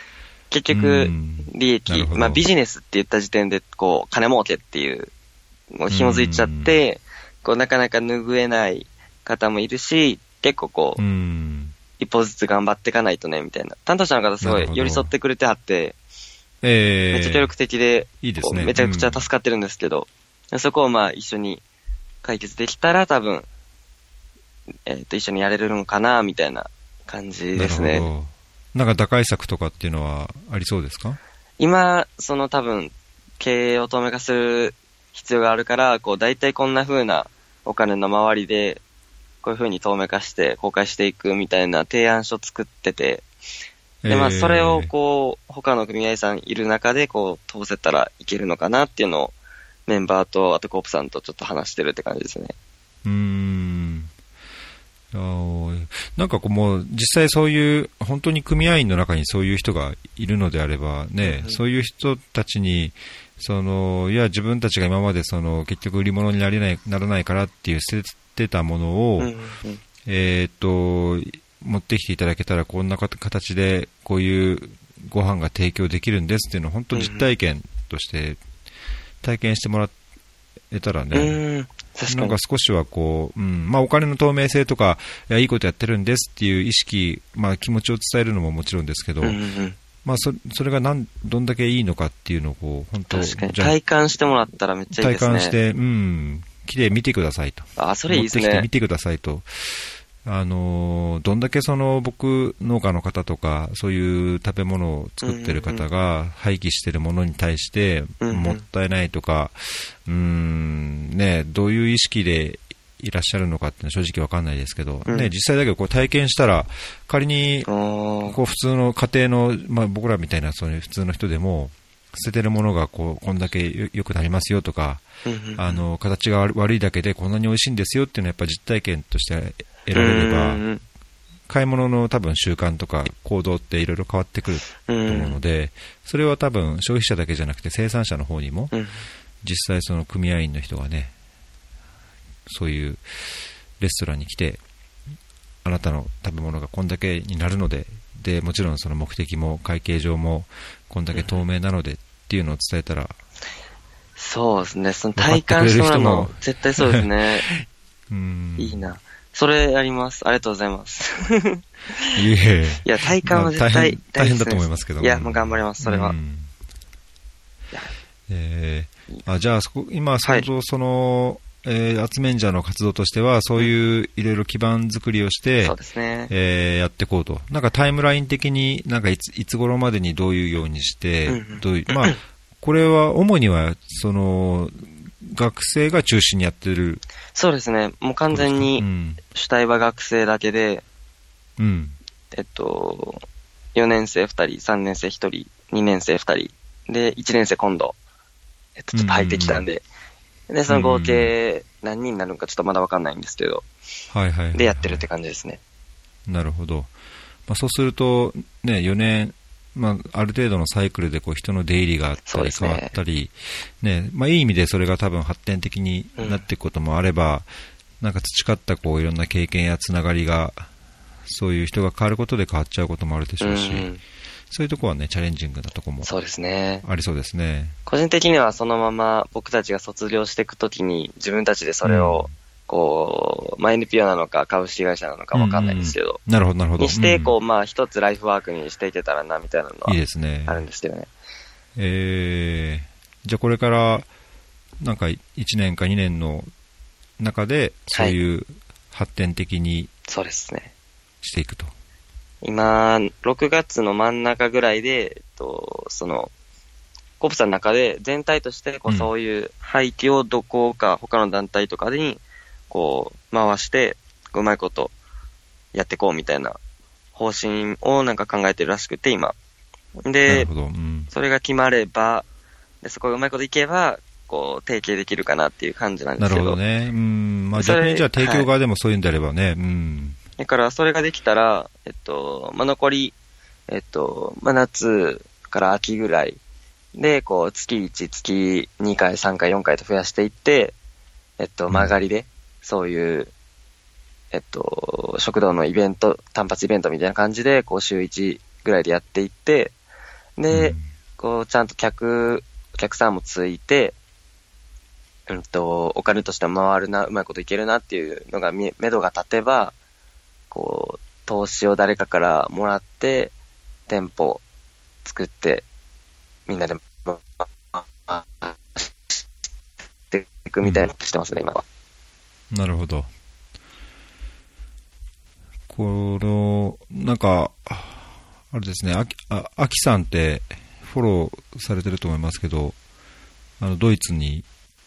結局、利益、まあビジネスって言った時点で、こう、金儲けっていう、もう紐づいちゃって、こう、なかなか拭えない方もいるし、結構こう、一歩ずつ頑張っていかないとね、みたいな。担当者の方すごい寄り添ってくれてはって、めっちゃ協力的で、 いいですね。 めちゃくちゃ助かってるんですけど、そこをまあ一緒に解決できたら多分、一緒にやれるのかな、みたいな感じですね。 なんか打開策とかっていうのはありそうですか？ 今、その多分、経営を透明化する必要があるから、こう、大体こんな風なお金の周りで、こういう風に透明化して公開していくみたいな提案書作ってて、で、まあ、それをこう、他の組合さんいる中で、こう、通せたらいけるのかなっていうのを、メンバーと、あとコープさんとちょっと話してるって感じですね。 なんかこうもう実際そういう本当に組合員の中にそういう人がいるのであればね、そういう人たちにいや自分たちが今まで結局売り物にならないからっていう捨ててたものを、持ってきていただけたらこんな形でこういうご飯が提供できるんですっていうのを本当実体験として体験してもらえたらね、なんか少しはこう、まあお金の透明性とかいいことやってるんですっていう意識、まあ気持ちを伝えるのももちろんですけど、まあそれがどんだけいいのかっていうのをこう本当確かに体感してもらったらめっちゃいいですね。 体感して、来てみてくださいと。 それいいですね。 持ってきてみてくださいと。どんだけ僕農家の方とかそういう食べ物を作ってる方が廃棄してるものに対してもったいないとか、ね、どういう意識でいらっしゃるのかっていうのは正直わかんないですけど、ね、実際だけどこう体験したら仮にこう普通の家庭の、まあ、僕らみたいなそういう普通の人でも捨ててるものがこんだけ良くなりますよとか、形が悪いだけでこんなに美味しいんですよっていうのはやっぱ実体験として得られれば、買い物の多分習慣とか行動っていろいろ変わってくると思うので、それは多分消費者だけじゃなくて生産者の方にも、実際その組合員の人がね、そういうレストランに来て、あなたの食べ物がこんだけになるので、でもちろんその目的も会計上もこんだけ透明なのでっていうのを伝えたら、 そうですね、その体感してもらうの絶対そうですね。いいな。それやります。ありがとうございます。いや、体感は絶対大変だと思いますけど。 いや、もう頑張ります、それは。 じゃあ、今、集めんじゃの活動としては、そういういろいろ基盤作りをして、 そうですね。 やっていこうと。なんかタイムライン的に、なんかいつ頃までにどういうようにして、まあ、これは主には、学生が中心にやってる。 そうですね。もう完全に主体は学生だけで、4年生2人、3年生1人、2年生2人、で、1年生今度、ちょっと入ってきたんで、で、その合計何人になるのかちょっとまだわかんないんですけど、でやってるって感じですね。 なるほど。まあ、そうすると、ね、4年、まあ、ある程度のサイクルでこう人の出入りがあったり変わったり、ね、まあ、いい意味でそれが多分発展的になっていくこともあれば、なんか培ったこういろんな経験やつながりが、そういう人が変わることで変わっちゃうこともあるでしょうし、そういうところはね、チャレンジングなところもそうですね。 ありそうですね。 個人的にはそのまま僕たちが卒業していくときに自分たちでそれを、こう、まあ、NPO なのか株式会社なのかわかんないですけど、 なるほどなるほど。 にして、こう、まあ、一つライフワークにしていけたらな、みたいなのは、いいですね。あるんですけどね。 じゃあこれから、なんか1年か2年の中で、そういう発展的に、 そうですね。 していくと。 今、6月の真ん中ぐらいで、コープさんの中で全体としてこう、そういう廃棄をどこか他の団体とかにこう回してうまいことやっていこうみたいな方針をなんか考えてるらしくて今で、それが決まればでそこがうまいこといけばこう提携できるかなっていう感じなんですけど。 なるほどね。まあ逆にじゃあ提供側でもそういうんであればね。 だからそれができたらまあ、残りまあ、夏から秋ぐらいで、こう、月1、月2回、3回、4回と増やしていって、曲がりで、そういう、食堂のイベント、単発イベントみたいな感じで、こう、週1ぐらいでやっていって、 で、こう、ちゃんとお客さんもついて、お金として回るな、うまいこといけるなっていうのが目処が立てば、こう、投資を誰かからもらって、店舗作って、みんなで、していくみたいなのしてますね、今は。 なるほど。この、なんか、あれですね、アキさんってフォローされてると思いますけど、ドイツに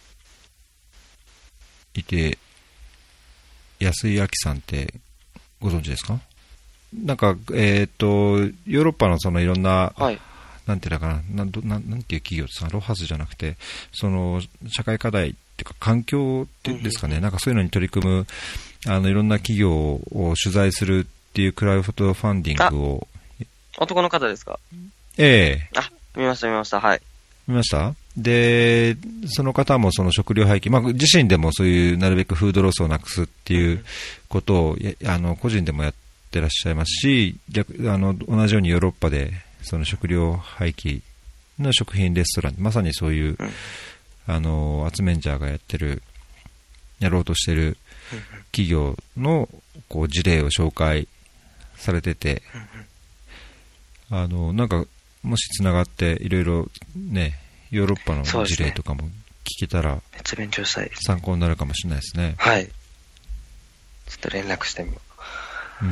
いて、安井アキさんってご存知ですか？なんか、ヨーロッパのそのいろんな、 はい、 なんていうのかな、なんていう企業ですか、ロハスじゃなくて、その社会課題っていうか環境ってですかね、なんかそういうのに取り組むいろんな企業を取材するっていうクラウドファンディングを。 男の方ですか？ ええ。 見ました、はい。 見ました？で、その方もその食料廃棄、自身でもそういうなるべくフードロスをなくすっていうことを、個人でもやってらっしゃいますし、同じようにヨーロッパでその食料廃棄の食品レストラン、まさにそういう、アツメンジャーがやろうとしている企業のこう事例を紹介されてて、なんかもしつながっていろいろね、ヨーロッパの事例とかも聞けたら、 めっちゃ勉強したいです。 参考になるかもしれないですね。 はい。ちょっと連絡してみよう。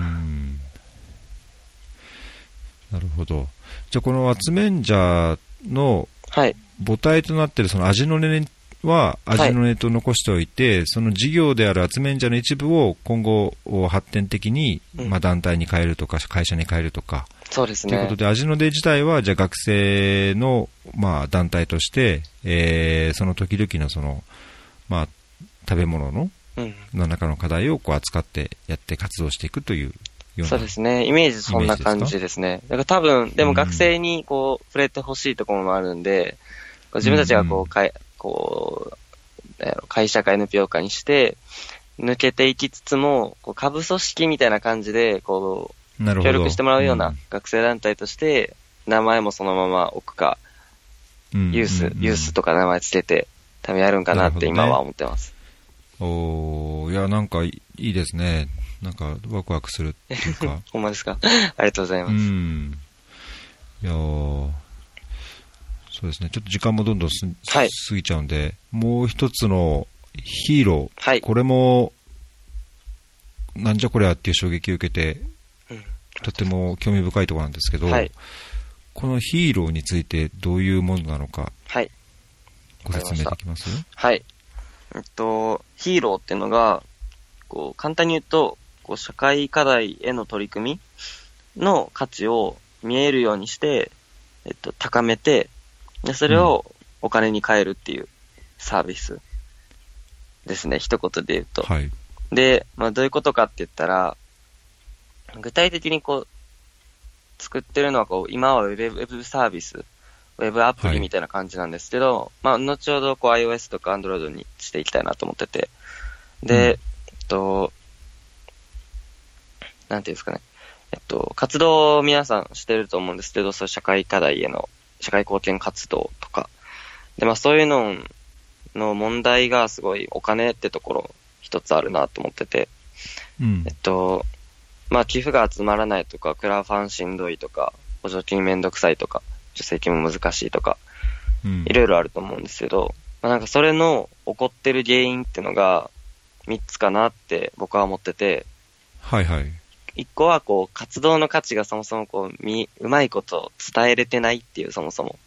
なるほど。じゃあこのアツメンジャーの母体となっているその味の根は味の根と残しておいて、はい、その事業であるアツメンジャーの一部を今後発展的に、団体に変えるとか会社に変えるとか、 そうですね。 ということで味の根自体はじゃあ学生の団体として、その時々のその食べ物の何らかの課題をこう扱ってやって活動していくというような。 そうですね。イメージそんな感じですね。だから多分でも学生にこう触れてほしいところもあるんで、自分たちがこう会社か NPO かにして抜けていきつつも、こう下部組織みたいな感じでこう協力してもらうような学生団体として名前もそのまま置くか、ユースとか名前つけて多分やるんかなって今は思ってます。 いやなんかいいですね。なんかワクワクするっていうか。 ほんまですか？ありがとうございます。 いやそうですね。ちょっと時間もどんどん過ぎちゃうんで、もう一つのヒーロー、これもなんじゃこりゃっていう衝撃を受けて、とても興味深いところなんですけど、このヒーローについてどういうものなのか、ご説明できます？ はい。ヒーローっていうのが、こう簡単に言うと、こう社会課題への取り組みの価値を見えるようにして、高めて、でそれをお金に換えるっていうサービスですね、一言で言うと。で、どういうことかって言ったら、具体的にこう、作ってるのはこう、今はウェブサービス、ウェブアプリみたいな感じなんですけど、後ほどこう iOS とか Android にしていきたいなと思ってて。で、なんていうんですかね。活動を皆さんしてると思うんですけど、そういう社会課題への、社会貢献活動とか。で、そういうのの問題がすごいお金ってところ一つあるなと思ってて。寄付が集まらないとか、クラファンしんどいとか、補助金めんどくさいとか、助成金も難しいとか、いろいろあると思うんですけど、なんかそれの起こってる原因ってのが3つかなって僕は思ってて、1個はこう活動の価値がそもそもこううまいこと伝えれてないっていうそもそも。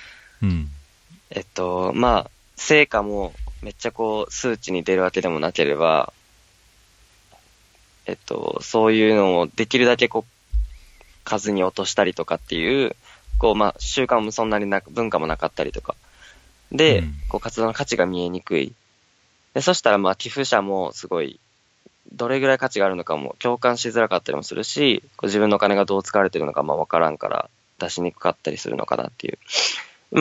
成果もめっちゃこう数値に出るわけでもなければ、そういうのをできるだけこう数に落としたりとかっていう、習慣もそんなに文化もなかったりとか。で、こう活動の価値が見えにくい。で、そしたら寄付者もすごい、どれぐらい価値があるのかも共感しづらかったりもするし、こう自分のお金がどう使われてるのかわからんから出しにくかったりするのかなっていう。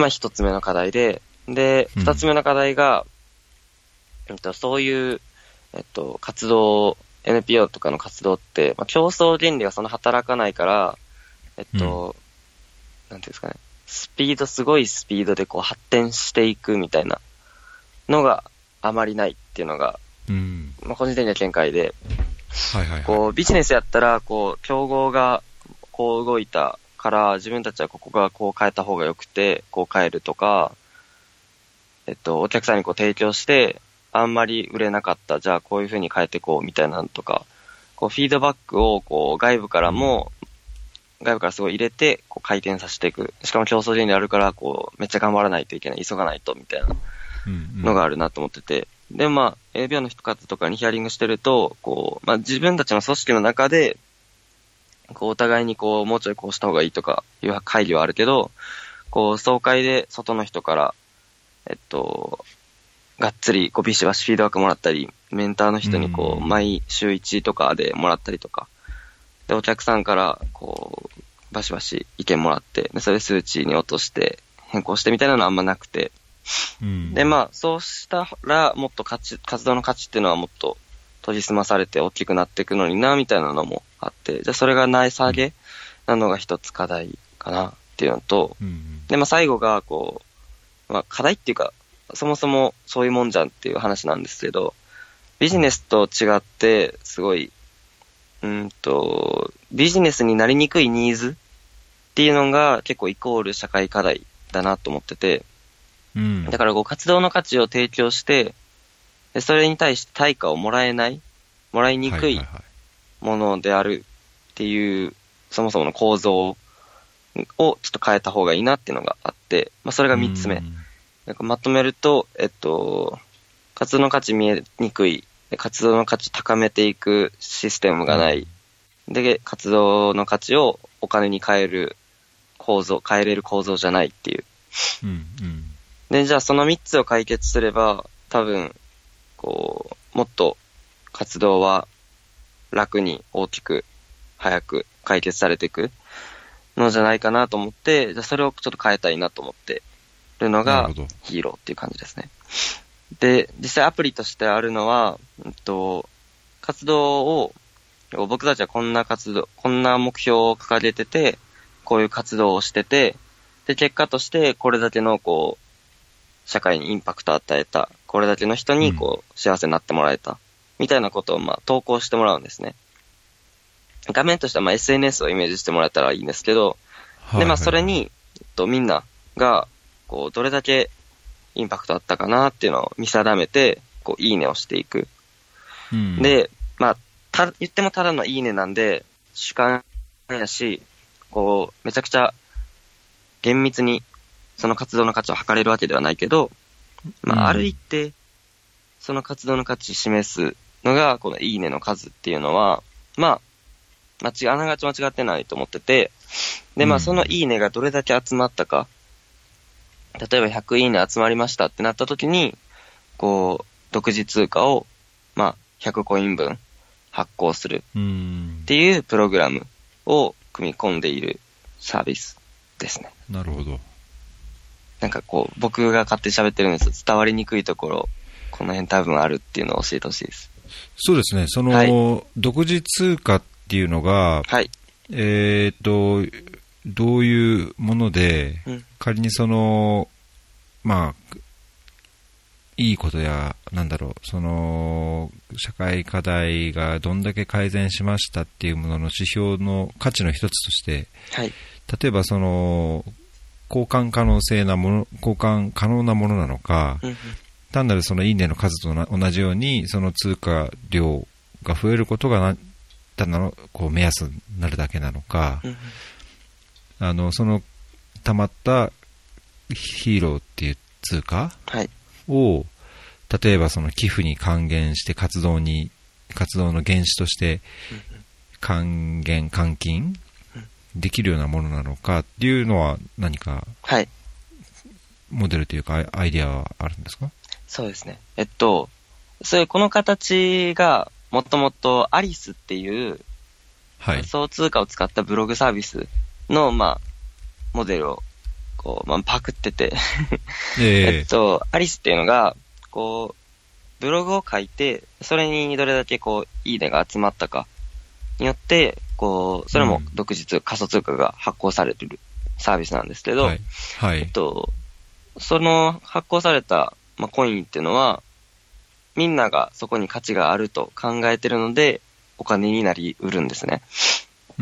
一つ目の課題で、二つ目の課題が、そういう、活動、NPO とかの活動って、競争原理がそんな働かないから、なんていうんなんていうんですかね、すごいスピードでこう発展していくみたいなのがあまりないっていうのが、まあ個人的な見解で、こうビジネスやったら、こう、競合がこう動いたから、自分たちはここがこう変えた方が良くて、こう変えるとか、お客さんにこう提供して、あんまり売れなかった、じゃあこういう風に変えていこうみたいなのとか、こうフィードバックをこう外部からすごい入れて、こう回転させていく。しかも競争原理あるから、こう、めっちゃ頑張らないといけない、急がないと、みたいなのがあるなと思ってて。で、まあ、営業の人方とかにヒアリングしてると、こう、まあ自分たちの組織の中で、こう、お互いにこう、もうちょいこうした方がいいとかいう会議はあるけど、こう、総会で外の人から、がっつり、こう、ビシバシフィードバックもらったり、メンターの人にこう、毎週1とかでもらったりとか、で、お客さんから、こう、バシバシ意見もらって、で、それ数値に落として、変更してみたいなのはあんまなくて、で、まあ、そうしたら、もっと活動の価値っていうのはもっと研ぎ澄まされて大きくなっていくのにな、みたいなのもあって、じゃあそれがない下げなのが一つ課題かなっていうのと、で、まあ最後が、こう、まあ課題っていうか、そもそもそういうもんじゃんっていう話なんですけど、ビジネスと違って、すごい、ビジネスになりにくいニーズっていうのが結構イコール社会課題だなと思ってて、だからこう活動の価値を提供して、でそれに対して対価をもらいにくいものであるっていう、そもそもの構造をちょっと変えた方がいいなっていうのがあって、まあそれが3つ目。なんかまとめると、活動の価値見えにくい、活動の価値を高めていくシステムがない。で、活動の価値をお金に変えれる構造じゃないっていう。で、じゃあその3つを解決すれば、多分、こう、もっと活動は楽に大きく、早く解決されていくのじゃないかなと思って、じゃあそれをちょっと変えたいなと思ってるのがヒーローっていう感じですね。で、実際アプリとしてあるのは、活動を、僕たちはこんな目標を掲げてて、こういう活動をしてて、で、結果としてこれだけのこう、社会にインパクトを与えた、これだけの人にこう、幸せになってもらえた、みたいなことをまあ投稿してもらうんですね。画面としてはまあ SNS をイメージしてもらえたらいいんですけど、で、まあそれに、みんなが、こう、どれだけインパクトあったかなっていうのを見定めて、こう、いいねをしていく。で、まあ、言ってもただのいいねなんで、主観やし、こう、めちゃくちゃ厳密にその活動の価値を測れるわけではないけど、まあ、ある一定、その活動の価値を示すのが、このいいねの数っていうのは、まあ、あながち間違ってないと思ってて、で、まあ、そのいいねがどれだけ集まったか、例えば100いいね集まりましたってなった時に、こう、独自通貨を、まあ、100コイン分発行するっていうプログラムを組み込んでいるサービスですね。 なるほど。 なんかこう、僕が勝手に喋ってるんです。伝わりにくいところ、この辺多分あるっていうのを教えてほしいです。 そうですね。その、独自通貨っていうのが、 はい。 どういうもので、仮にその、まあ、いいことや、なんだろう、その、社会課題がどんだけ改善しましたっていうものの指標の価値の一つとして、 はい。 例えばその、交換可能なものなのか、単なるそのいいねの数と同じように、その通貨量が増えることが単なるこう目安になるだけなのか、その溜まったヒーローっていう通貨を、例えばその寄付に還元して活動の原資として還金できるようなものなのかっていうのは何かモデルというかアイディアはあるんですか？ そうですね。そういうこの形がもともとアリスっていう仮想通貨を使ったブログサービスのまあモデルをこうまあパクっててアリスっていうのがこうブログを書いてそれにどれだけこういいねが集まったかによってこうそれも独自仮想通貨が発行されるサービスなんですけど、 はいはい、 その発行された、コインっていうのは、みんながそこに価値があると考えてるので、お金になりうるんですね。 うん、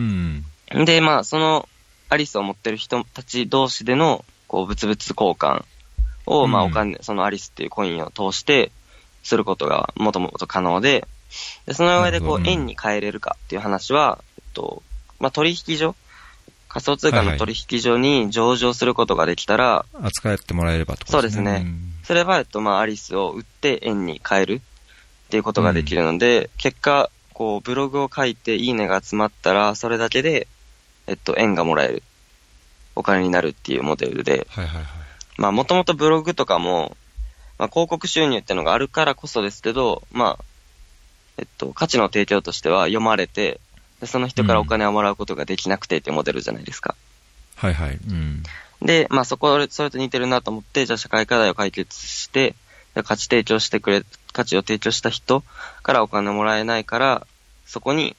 で、そのアリスを持ってる人たち同士での、物々交換を、お金、そのアリスっていうコインを通してすることがもともと可能で、その上で円に変えれるかっていう話は、取引所、仮想通貨の取引所に上場することができたら、 扱ってもらえればってことですね。そうですね。それは、アリスを売って円に変えるっていうことができるので、結果、ブログを書いていいねが集まったら、それだけで、円がもらえる。お金になるっていうモデルで、もともとブログとかも、広告収入ってのがあるからこそですけど、価値の提供としては読まれて、でその人からお金をもらうことができなくてっていうモデルじゃないですか。 はいはい。うん、 で、それと似てるなと思って、じゃあ社会課題を解決して、価値を提供した人からお金をもらえないから、そこに、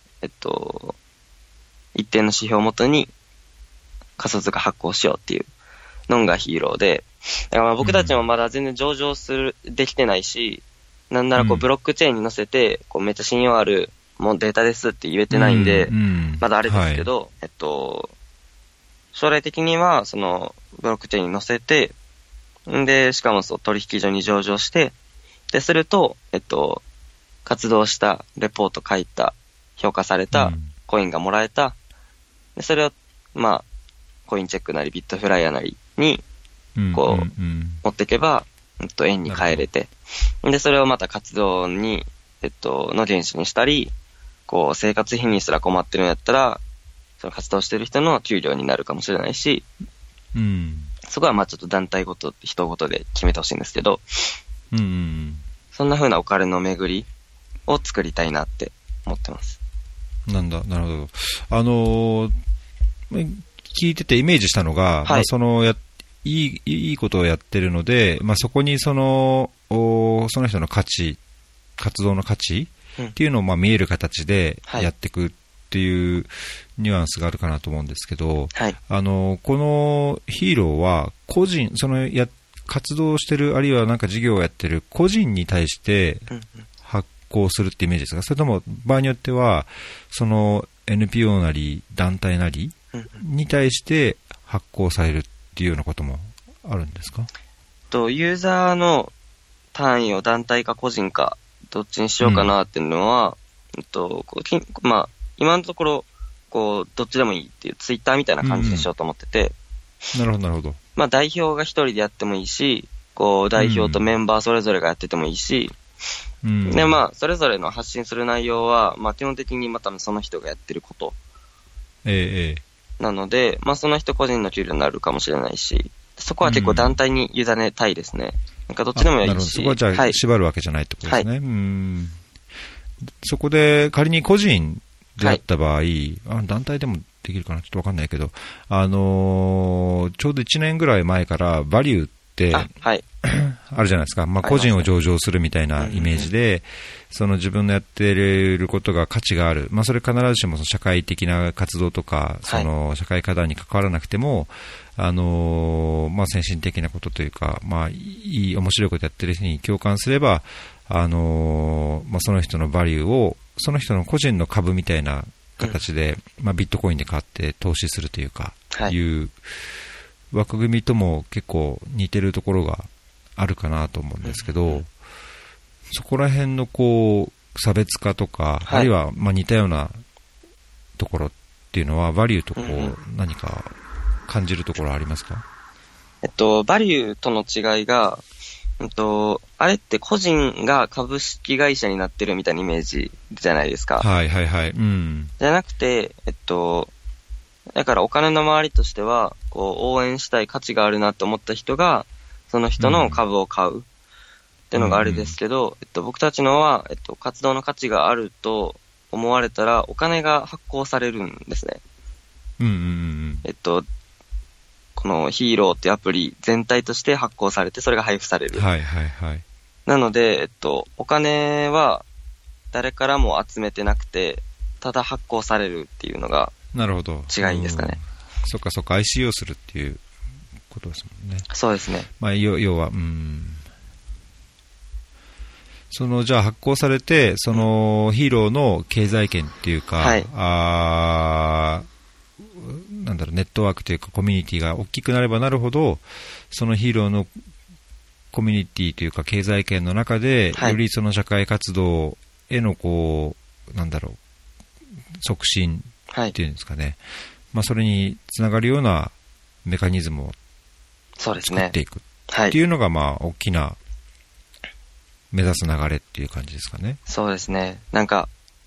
一定の指標をもとに仮想通貨発行しようっていうのがヒーローで、だから僕たちもまだ全然上場できてないし、なんならブロックチェーンに載せて、めっちゃ信用あるもうデータですって言えてないんで、まだあれですけど、はい、将来的には、その、ブロックチェーンに載せて、で、しかも取引所に上場して、で、すると、活動した、レポート書いた、評価された、コインがもらえた、で、それを、コインチェックなり、ビットフライヤーなりに、持っていけば、円に変えれて、で、それをまた活動に、の原資にしたり、生活費にすら困ってるんやったら、その活動してる人の給料になるかもしれないし、そこはちょっと団体ごと、人ごとで決めてほしいんですけど、そんな風なお金の巡りを作りたいなって思ってます。 なるほど。聞いててイメージしたのが、はい、いいことをやってるので、そこにその人の価値、活動の価値っていうのを見える形でやっていくっていうニュアンスがあるかなと思うんですけど、はい、このヒーローは個人、活動してる、あるいは事業をやってる個人に対して発行するってイメージですか？それとも場合によっては、その NPO なり団体なりに対して発行されるっていうようなこともあるんですか？ ユーザーの単位を団体か個人かどっちにしようかなっていうのは、今のところどっちでもいいっていうツイッターみたいな感じにしようと思ってて、 なるほどなるほど。 代表が一人でやってもいいし、代表とメンバーそれぞれがやっててもいいし、でそれぞれの発信する内容は基本的にまたその人がやってること。なので、その人個人の給料になるかもしれないし、そこは結構団体に委ねたいですね。どっちでもいいし。 そこはじゃあ縛るわけじゃないってことですね。はい、そこで仮に個人であった場合、団体でもできるかなちょっとわかんないけど、ちょうど1年ぐらい前からバリューって、あるじゃないですか。個人を上場するみたいなイメージで、その自分のやっていることが価値がある。それ必ずしもその社会的な活動とか、その社会課題に関わらなくても、先進的なことというか、面白いことやってる人に共感すれば、その人のバリューを、その人の個人の株みたいな形で、ビットコインで買って投資するというか、いう枠組みとも結構似てるところがあるかなと思うんですけど、そこら辺の差別化とか、あるいは似たようなところっていうのは、バリューと何か感じるところはありますか？ バリューとの違いが、あれって個人が株式会社になってるみたいなイメージじゃないですか。 はいはいはい。 じゃなくて、だからお金の回りとしては、応援したい価値があるなと思った人が、その人の株を買うっていうのがあれですけど、僕たちのは、活動の価値があると思われたら、お金が発行されるんですね。このヒーローっていうアプリ全体として発行されて、それが配布される。なので、お金は誰からも集めてなくて、ただ発行されるっていうのが違いですかね。 そっかそっか、ICO するっていうことですもんね。 そうですね。 まあ、要は、じゃあ発行されて、ヒーローの経済圏っていうか、 はい、 なんだろう、ネットワークというかコミュニティが大きくなればなるほど、そのヒーローのコミュニティというか経済圏の中で、よりその社会活動へのなんだろう、促進っていうんですかね。まあそれにつながるようなメカニズムを作っていくっていうのが、まあ大きな目指す流れっていう感じですかね。 そうですね。なんか、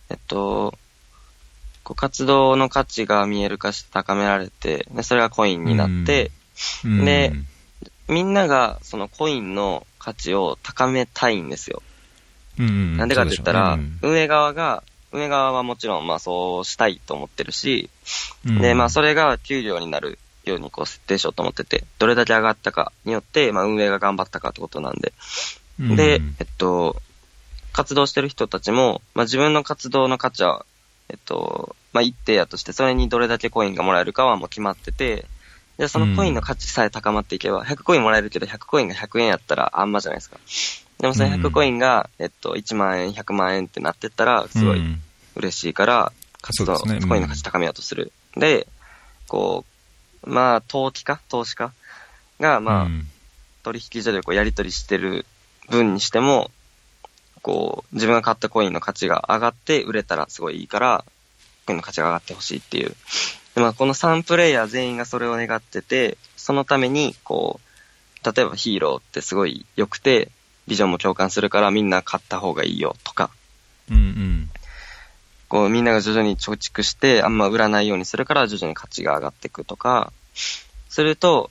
活動の価値が見える化して高められて、でそれがコインになって、で、みんながそのコインの価値を高めたいんですよ。なんでかって言ったら、運営側はもちろんまあそうしたいと思ってるし、で、まあそれが給料になるように設定しようと思ってて、どれだけ上がったかによって、まあ運営が頑張ったかってことなんで。で、活動してる人たちも、まあ自分の活動の価値は、まあ一定やとして、それにどれだけコインがもらえるかはもう決まってて、で、そのコインの価値さえ高まっていけば、100コインもらえるけど、100コインが100円やったらあんまじゃないですか。でもその100コインが、1万円、100万円ってなってったら、すごい嬉しいから、コインの価値高めようとする。で、まあ、投資家が、まあ、取引所でやり取りしてる分にしても、自分が買ったコインの価値が上がって売れたらすごいいいから、コインの価値が上がってほしいっていう。で、まあ、この3プレイヤー全員がそれを願ってて、そのために、例えばヒーローってすごい良くて、ビジョンも共感するからみんな買った方がいいよとか、みんなが徐々に貯蓄して、あんま売らないようにするから徐々に価値が上がっていくとか、すると、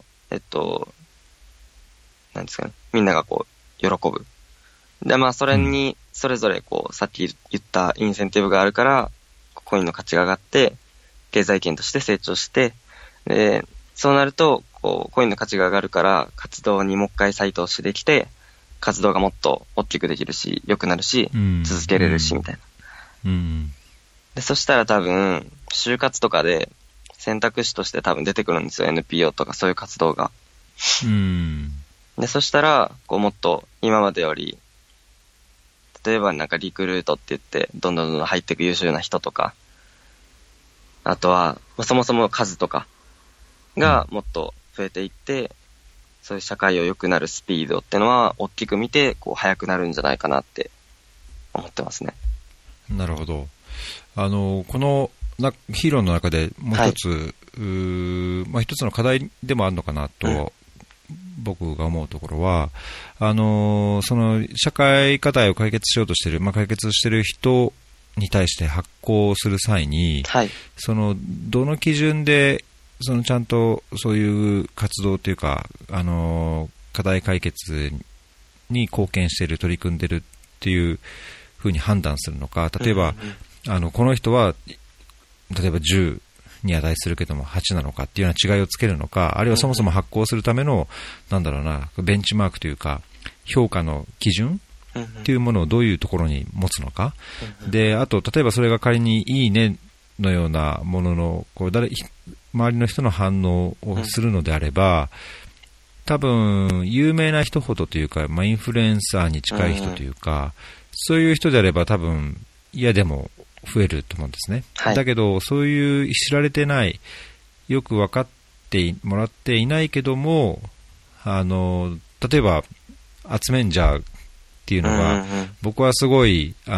なんですかね、みんなが喜ぶ。で、まあ、それに、それぞれさっき言ったインセンティブがあるから、コインの価値が上がって、経済圏として成長して、で、そうなると、コインの価値が上がるから、活動にもう一回再投資できて、活動がもっと大きくできるし、良くなるし、続けれるし、みたいな。で、そしたら多分、就活とかで選択肢として多分出てくるんですよ、NPO とかそういう活動が。で、そしたら、もっと今までより、例えばなんかリクルートって言って、どんどん入っていく優秀な人とか、あとは、そもそも数とかがもっと増えていって、そういう社会を良くなるスピードってのは大きく見て、速くなるんじゃないかなって思ってますね。 なるほど。このヒーローの中でもう一つ、まあ一つの課題でもあるのかなと、僕が思うところは、その社会課題を解決しようとしている、まあ、解決している人に対して発行する際に、どの基準でちゃんとそういう活動というか、課題解決に貢献している、取り組んでいるっていうふうに判断するのか、例えば、この人は例えば10に値するけども8なのかっていうような違いをつけるのか、あるいはそもそも発行するためのなんだろうな、ベンチマークというか評価の基準っていうものをどういうところに持つのか、で、あと例えばそれが仮にいいねのようなものの周りの人の反応をするのであれば、多分有名な人ほどというか、まあ、インフルエンサーに近い人というか、そういう人であれば多分嫌でも増えると思うんですね。だけどそういう知られてない、よく分かってもらっていないけども、例えば集めんじゃうっていうのが、僕はすごい今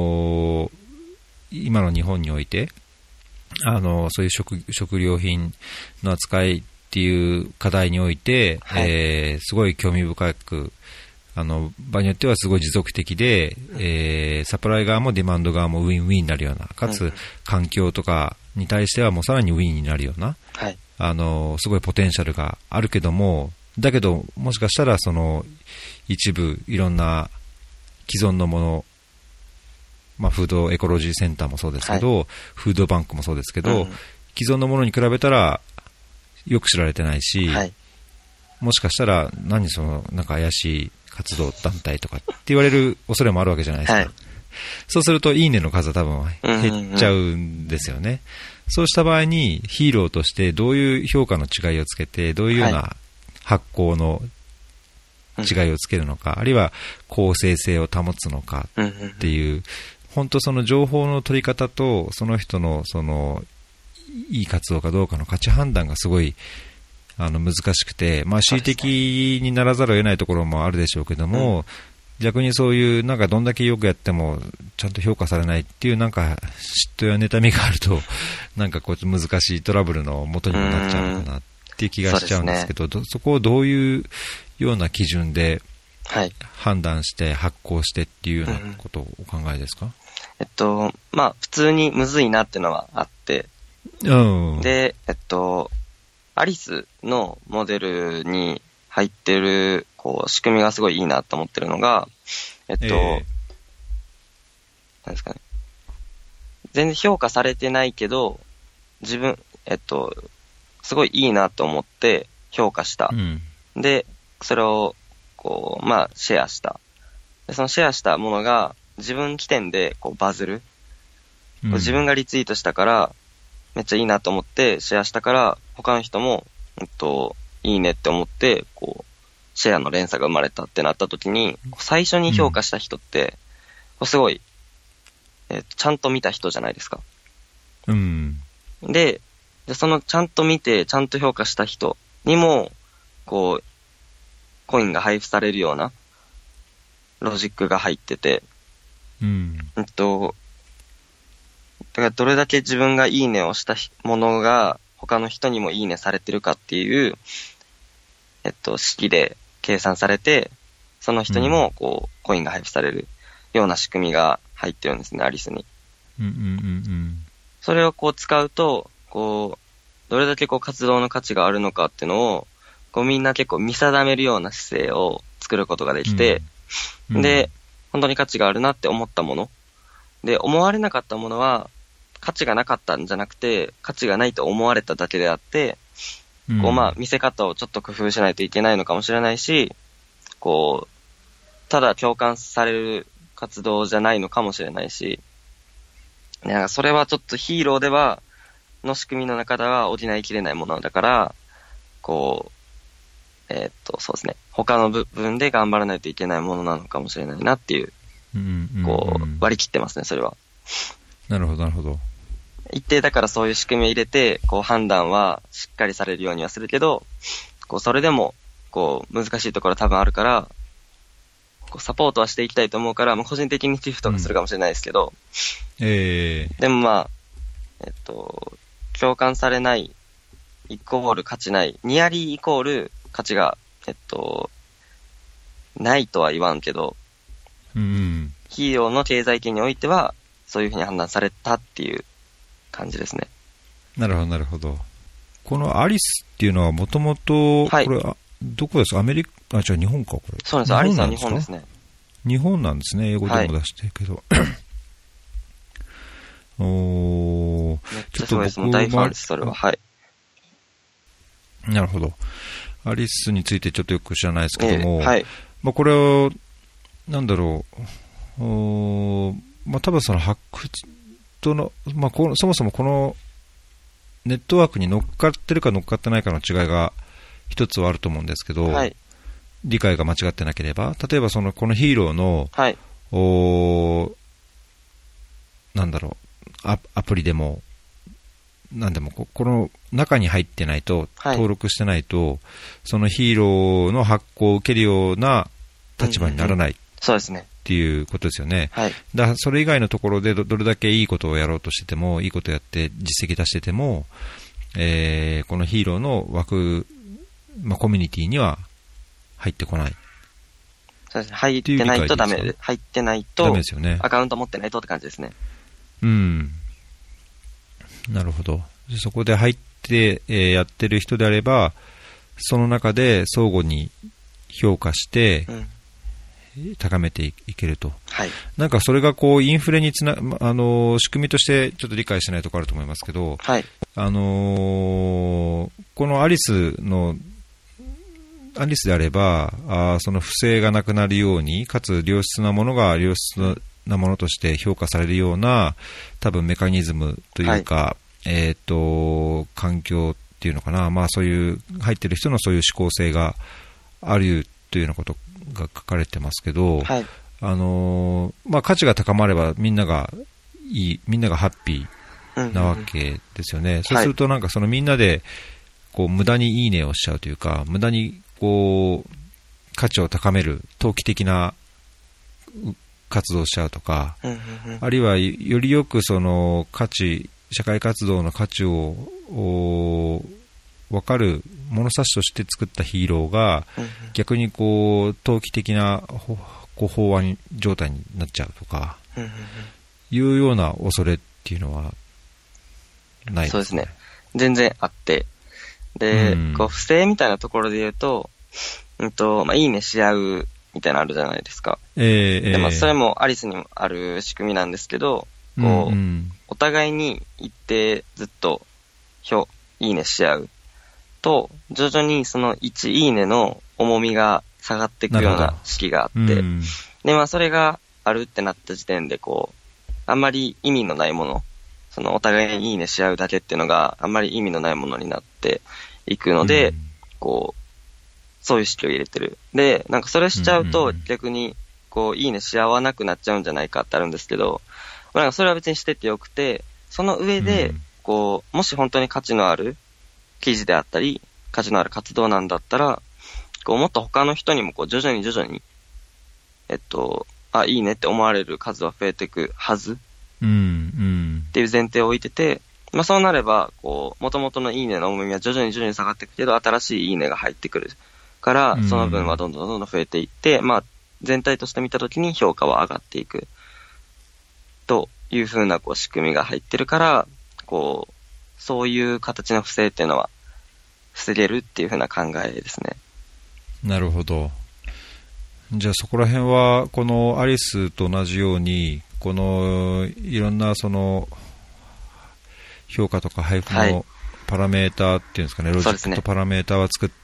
の日本においてそういう食料品の扱いっていう課題において、すごい興味深く、場合によってはすごい持続的で、サプライ側もデマンド側もウィンウィンになるような、かつ環境とかに対してはもうさらにウィンになるような、すごいポテンシャルがあるけども、だけどもしかしたらその一部いろんな既存のもの、まあ、フードエコロジーセンターもそうですけど、フードバンクもそうですけど、既存のものに比べたらよく知られてないし、もしかしたらなんか怪しい活動団体とかって言われる恐れもあるわけじゃないですか。 そうするといいねの数は多分減っちゃうんですよね。そうした場合にヒーローとしてどういう評価の違いをつけて、どういうような発行の違いをつけるのか、あるいは公正性を保つのかっていう、本当その情報の取り方とその人のそのいい活動かどうかの価値判断がすごい難しくて、まあ恣意的にならざるを得ないところもあるでしょうけども、逆にそういうなんかどんだけよくやってもちゃんと評価されないっていうなんか嫉妬や妬みがあるとなんかこう難しいトラブルの元にもなっちゃうのかなっていう気がしちゃうんですけど、そこをどういうような基準で判断して発行してっていうようなことをお考えですか？ まあ普通にむずいなっていうのはあって、でアリスのモデルに入ってるこう仕組みがすごいいいなと思ってるのが、なんですかね。全然評価されてないけど、自分、すごいいいなと思って評価した。で、それを、こう、まあ、シェアした。で、そのシェアしたものが自分起点でこうバズる。こう自分がリツイートしたから、めっちゃいいなと思ってシェアしたから、他の人も、いいねって思って、こう、シェアの連鎖が生まれたってなった時に、最初に評価した人って、すごい、ちゃんと見た人じゃないですか。で、そのちゃんと見て、ちゃんと評価した人にも、こう、コインが配布されるようなロジックが入ってて、だからどれだけ自分がいいねをしたものが他の人にもいいねされてるかっていう、式で計算されて、その人にもこう、コインが配布されるような仕組みが入ってるんですね、アリスに。それをこう使うと、こう、どれだけこう活動の価値があるのかっていうのを、こうみんな結構見定めるような姿勢を作ることができて、で、本当に価値があるなって思ったもの。で、思われなかったものは、価値がなかったんじゃなくて、価値がないと思われただけであって、こうまあ見せ方をちょっと工夫しないといけないのかもしれないし、こう、ただ共感される活動じゃないのかもしれないし、なんかそれはちょっとヒーローでは、の仕組みの中では補いきれないものだから、こう、そうですね。他の部分で頑張らないといけないものなのかもしれないなっていう、こう、割り切ってますね、それは。 なるほど、なるほど。 一定だからそういう仕組みを入れて、こう判断はしっかりされるようにはするけど、こうそれでも、こう難しいところ多分あるから、こうサポートはしていきたいと思うから、個人的にシフトがするかもしれないですけど、でもまあ、共感されないイコール価値ない、ニアリーイコール価値が、ないとは言わんけど、ヒーローの経済圏においては、そういうふうに判断されたっていう感じですね。 なるほど、なるほど。このアリスっていうのはもともと、これ、どこですか？アメリカ、じゃあ日本か、これ。 そうです。アリスは日本ですね。 日本なんですね。英語でも出してるけど。 めっちゃすごいです。もう大ファンです、それは。はい。 なるほど。アリスについてちょっとよく知らないですけども、まあこれを、なんだろう、まあ多分その発掘の、まあそもそもこのネットワークに乗っかってるか乗っかってないかの違いが一つはあると思うんですけど、理解が間違ってなければ、例えばこのヒーローの、なんだろう、アプリでも、なんでもこの中に入ってないと、登録してないと、そのヒーローの発行を受けるような立場にならない。 そうですね。 っていうことですよね。だからそれ以外のところでどれだけいいことをやろうとしてても、いいことやって実績出してても、このヒーローの枠、まあ、コミュニティには入ってこない。 そうですね。入ってないとダメで、入ってないと、 ダメですよね。 アカウント持ってないとって感じですね。 なるほど。そこで入って、やってる人であれば、その中で相互に評価して、高めていけると。なんかそれがこうインフレに仕組みとしてちょっと理解してないところあると思いますけど、このアリスであれば、その不正がなくなるように、かつ良質なものが良質なものとして評価されるような多分メカニズムというか、はい、環境っていうのかな、まあそういう入ってる人のそういう思考性があるというようなことが書かれてますけど、はい、まあ価値が高まればみんながみんながハッピーなわけですよね。そうするとなんかそのみんなでこう無駄にいいねをしちゃうというか、無駄にこう価値を高める投機的な活動をしちゃうとか、あるいはよりよくその社会活動の価値を分かる物差しとして作ったヒーローが逆にこう投機的な飽和状態になっちゃうとかいうような恐れっていうのはないですか？ そうですね。全然あって、で、こう不正みたいなところで言うと、まあ、いいねし合うみたいなのあるじゃないですか。で、まあ、それもアリスにもある仕組みなんですけど、こう、お互いに一定ずっといいねし合うと、徐々にその1いいねの重みが下がっていくような式があって、で、まあ、それがあるってなった時点で、こう、あんまり意味のないもの、そのお互いにいいねし合うだけっていうのがあんまり意味のないものになっていくので、こう、そういう式を入れてる。で、なんかそれしちゃうと逆に、こう、いいねし合わなくなっちゃうんじゃないかってあるんですけど、なんかそれは別にしてってよくて、その上で、こう、もし本当に価値のある記事であったり、価値のある活動なんだったら、こう、もっと他の人にもこう、徐々に、いいねって思われる数は増えていくはず。っていう前提を置いてて、まあそうなれば、こう、元々のいいねの重みは徐々に下がっていくけど、新しいいいねが入ってくるから、その分はどんどん増えていって、まあ全体として見たときに評価は上がっていく。という風なこう仕組みが入ってるから、こう、そういう形の不正っていうのは防げるっていう風な考えですね。 なるほど。じゃあそこら辺は、このアリスと同じように、このいろんなその評価とか配布のパラメーターっていうんですかね、ロジックとパラメーターを作って、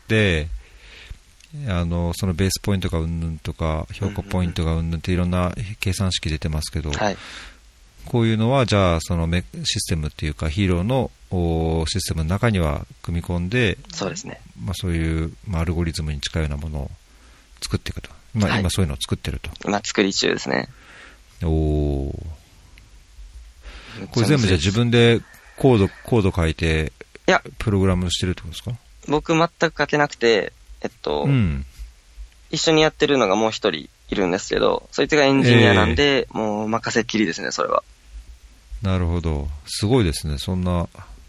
そのベースポイントがうんぬんとか評価ポイントがうんぬんっていろんな計算式出てますけど、こういうのはじゃあそのシステムっていうかヒーローのシステムの中には組み込んで、 そうですね。 まあそういう、アルゴリズムに近いようなものを作っていくと。今そういうのを作ってると。 今作り中ですね。 これ全部じゃあ自分でコード書いてプログラムしてるってことですか？ 僕全く書けなくて、一緒にやってるのがもう一人いるんですけど、そいつがエンジニアなんで、もう任せっきりですね、それは。 なるほど。すごいですね。そんな、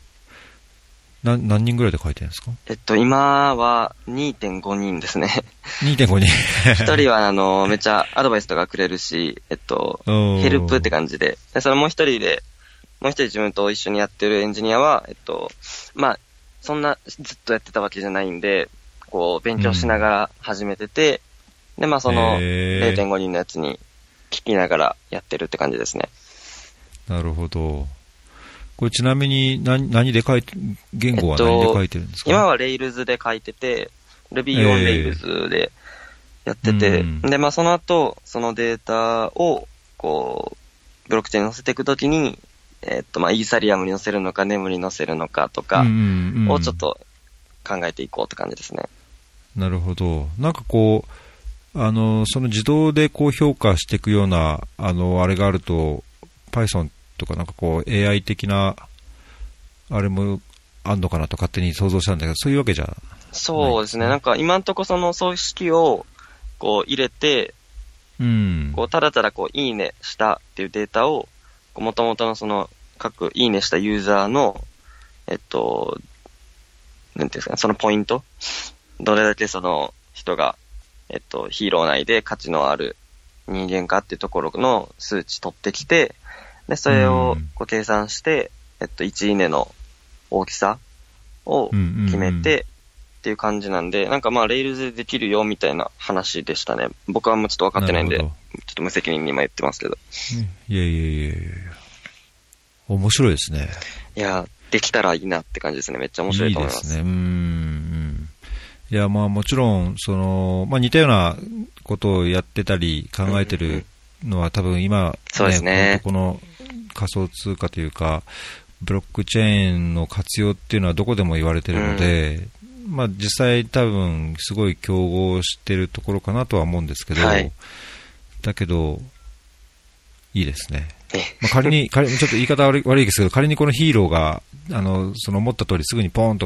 何人ぐらいで書いてるんですか？ 今は 2.5 人ですね。 2.5 人一人はめっちゃアドバイスとかくれるし、ヘルプって感じで。それもう一人自分と一緒にやってるエンジニアは、まあ、そんなずっとやってたわけじゃないんで、こう、勉強しながら始めてて、で、まあその 0.5 人のやつに聞きながらやってるって感じですね。 なるほど。これちなみに何で書いて、言語は何で書いてるんですか？ 今は Rails で書いてて、Ruby on Rails でやってて、で、まあその後、そのデータを、こう、ブロックチェーンに載せていくときに、まあイーサリアムに載せるのか、ネムに載せるのかとか、をちょっと考えていこうって感じですね。 なるほど。なんかこう、その自動でこう評価していくような、あれがあると、Python とかなんかこう AI 的なあれもあんのかなと勝手に想像したんだけど、そういうわけじゃない。 そうですね。なんか今んとこその組織をこう入れて、こうただただこういいねしたっていうデータを元々のその各いいねしたユーザーのなんていうんですかね、そのポイント、どれだけその人がヒーロー内で価値のある人間かっていうところの数値取ってきて、で、それをこう計算して、1いいねの大きさを決めてっていう感じなんで、なんかまあ、レイルズでできるよみたいな話でしたね。僕はもうちょっと分かってないんで、ちょっと無責任に今言ってますけど。 いや。面白いですね。 いや、できたらいいなって感じですね。めっちゃ面白いと思います。 いいですね。いや、まあもちろん、まあ似たようなことをやってたり考えてるのは多分今、 そうですね。 この仮想通貨というか、ブロックチェーンの活用っていうのはどこでも言われているので、まあ実際多分すごい競合しているところかなとは思うんですけど、だけど、いいですね。まあ、仮にちょっと言い方悪いですけど、仮にこのヒーローが、その思った通りすぐにポーンと、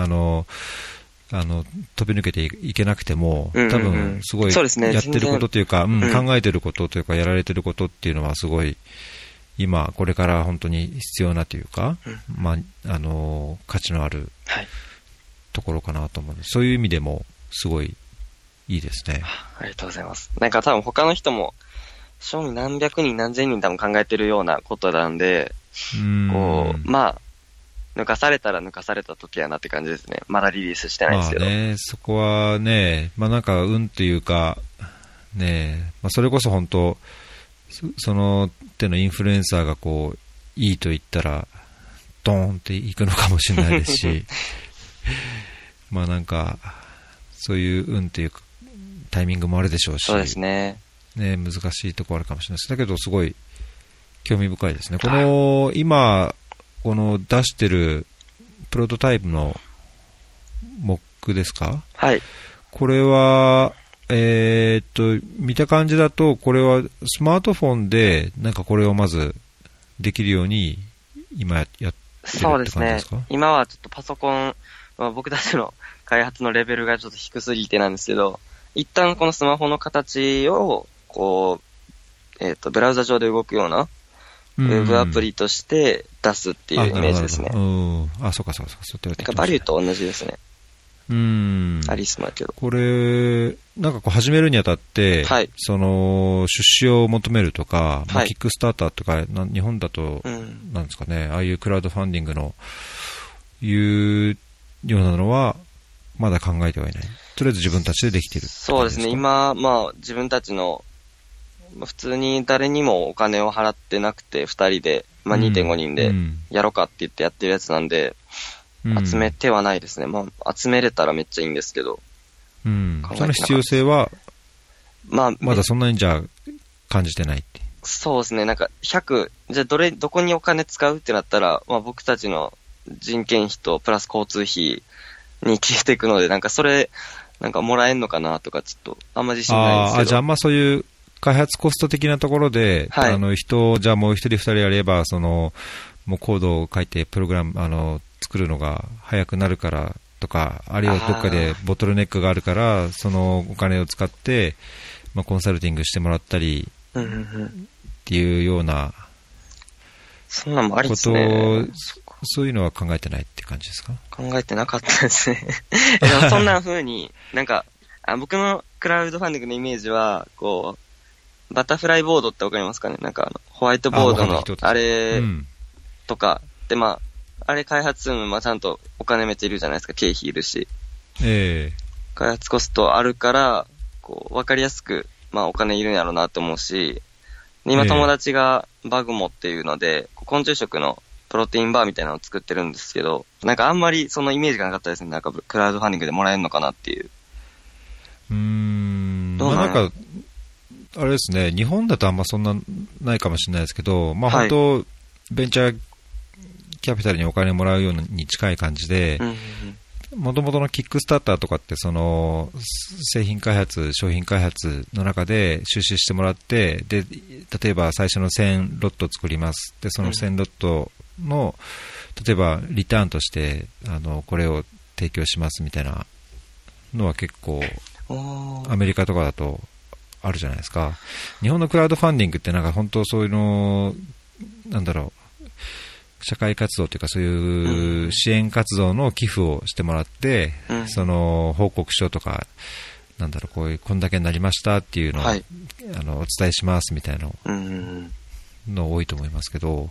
飛び抜けていけなくても、多分すごいやってることというか、考えてることというか、やられてることっていうのはすごい、今、これから本当に必要なというか、まあ、価値のあるところかなと思うので、そういう意味でもすごいいいですね。 ありがとうございます。なんか多分他の人も、正味何百人何千人多分考えてるようなことなんで、こう、まあ、抜かされたら抜かされた時やなって感じですね。まだリリースしてないですけど。 まあね、そこはね、まあなんか運というか、ね、まあそれこそ本当、その手のインフルエンサーがこう、いいと言ったら、ドーンっていくのかもしれないですし、まあなんか、そういう運というか、タイミングもあるでしょうし、 そうですね。 ね、難しいところあるかもしれないです。だけどすごい興味深いですね。この今この出してるプロトタイプのモックですか？ はい。 これは見た感じだとこれはスマートフォンでなんかこれをまずできるように今やってるって感じですか？ そうですね。今はちょっとパソコン、僕たちの開発のレベルがちょっと低すぎてなんですけど、一旦このスマホの形をこう、ブラウザ上で動くような、ウェブアプリとして出すっていうイメージですね。 そうか。そうなんかバリューと同じですね。アリスもやけど。 これ、なんかこう始めるにあたって、その、出資を求めるとか、まあ、キックスターターとか、日本だと、なんですかね、ああいうクラウドファンディングの、いうようなのは、まだ考えてはいない。とりあえず自分たちでできている。 そうですね。今、まあ、自分たちの、普通に誰にもお金を払ってなくて、2人で、まあ、2.5 人でやろうかって言ってやってるやつなんで、集めてはないですね。まあ、集めれたらめっちゃいいんですけど。 その必要性は、まだそんなにじゃあ感じてないって。 そうですね。なんか100、じゃあどこにお金使うってなったら、まあ僕たちの人件費とプラス交通費に消えていくので、なんかそれ、なんかもらえんのかなとか、ちょっとあんま自信ないんですけど。 じゃああんまそういう開発コスト的なところで、じゃあもう一人二人やれば、もうコードを書いてプログラム、作るのが早くなるからとか、あるいはどっかでボトルネックがあるから、そのお金を使って、まあ、コンサルティングしてもらったり、っていうようなそんなんもありですね。 そういうのは考えてないって感じですか？ 考えてなかったですね。でもそんな風に、なんか、僕のクラウドファンディングのイメージは、こう、バタフライボードってわかりますかね？なんかホワイトボードの、あれとか、で、まあ、あれ開発するの、まあちゃんとお金めっちゃいるじゃないですか、経費いるし。開発コストあるから、こう、わかりやすく、まあお金いるんやろうなと思うし、今友達がバグモっていうので、昆虫食のプロテインバーみたいなのを作ってるんですけど、なんかあんまりそのイメージがなかったですね。なんかクラウドファンディングでもらえるのかなっていう。 どうなんか、あれですね、日本だとあんまそんなないかもしれないですけど、まあ本当、ベンチャーキャピタルにお金もらうように近い感じで、もともとのキックスターターとかってその製品開発、商品開発の中で出資してもらって、で例えば最初の1000ロット作ります。でその1000ロットの例えばリターンとしてこれを提供しますみたいなのは結構アメリカとかだとあるじゃないですか。日本のクラウドファンディングってなんか本当そういうのなんだろう。社会活動というかそういう支援活動の寄付をしてもらって、その報告書とかなんだろうこんだけになりましたっていうのを、お伝えしますみたいなの多いと思いますけど、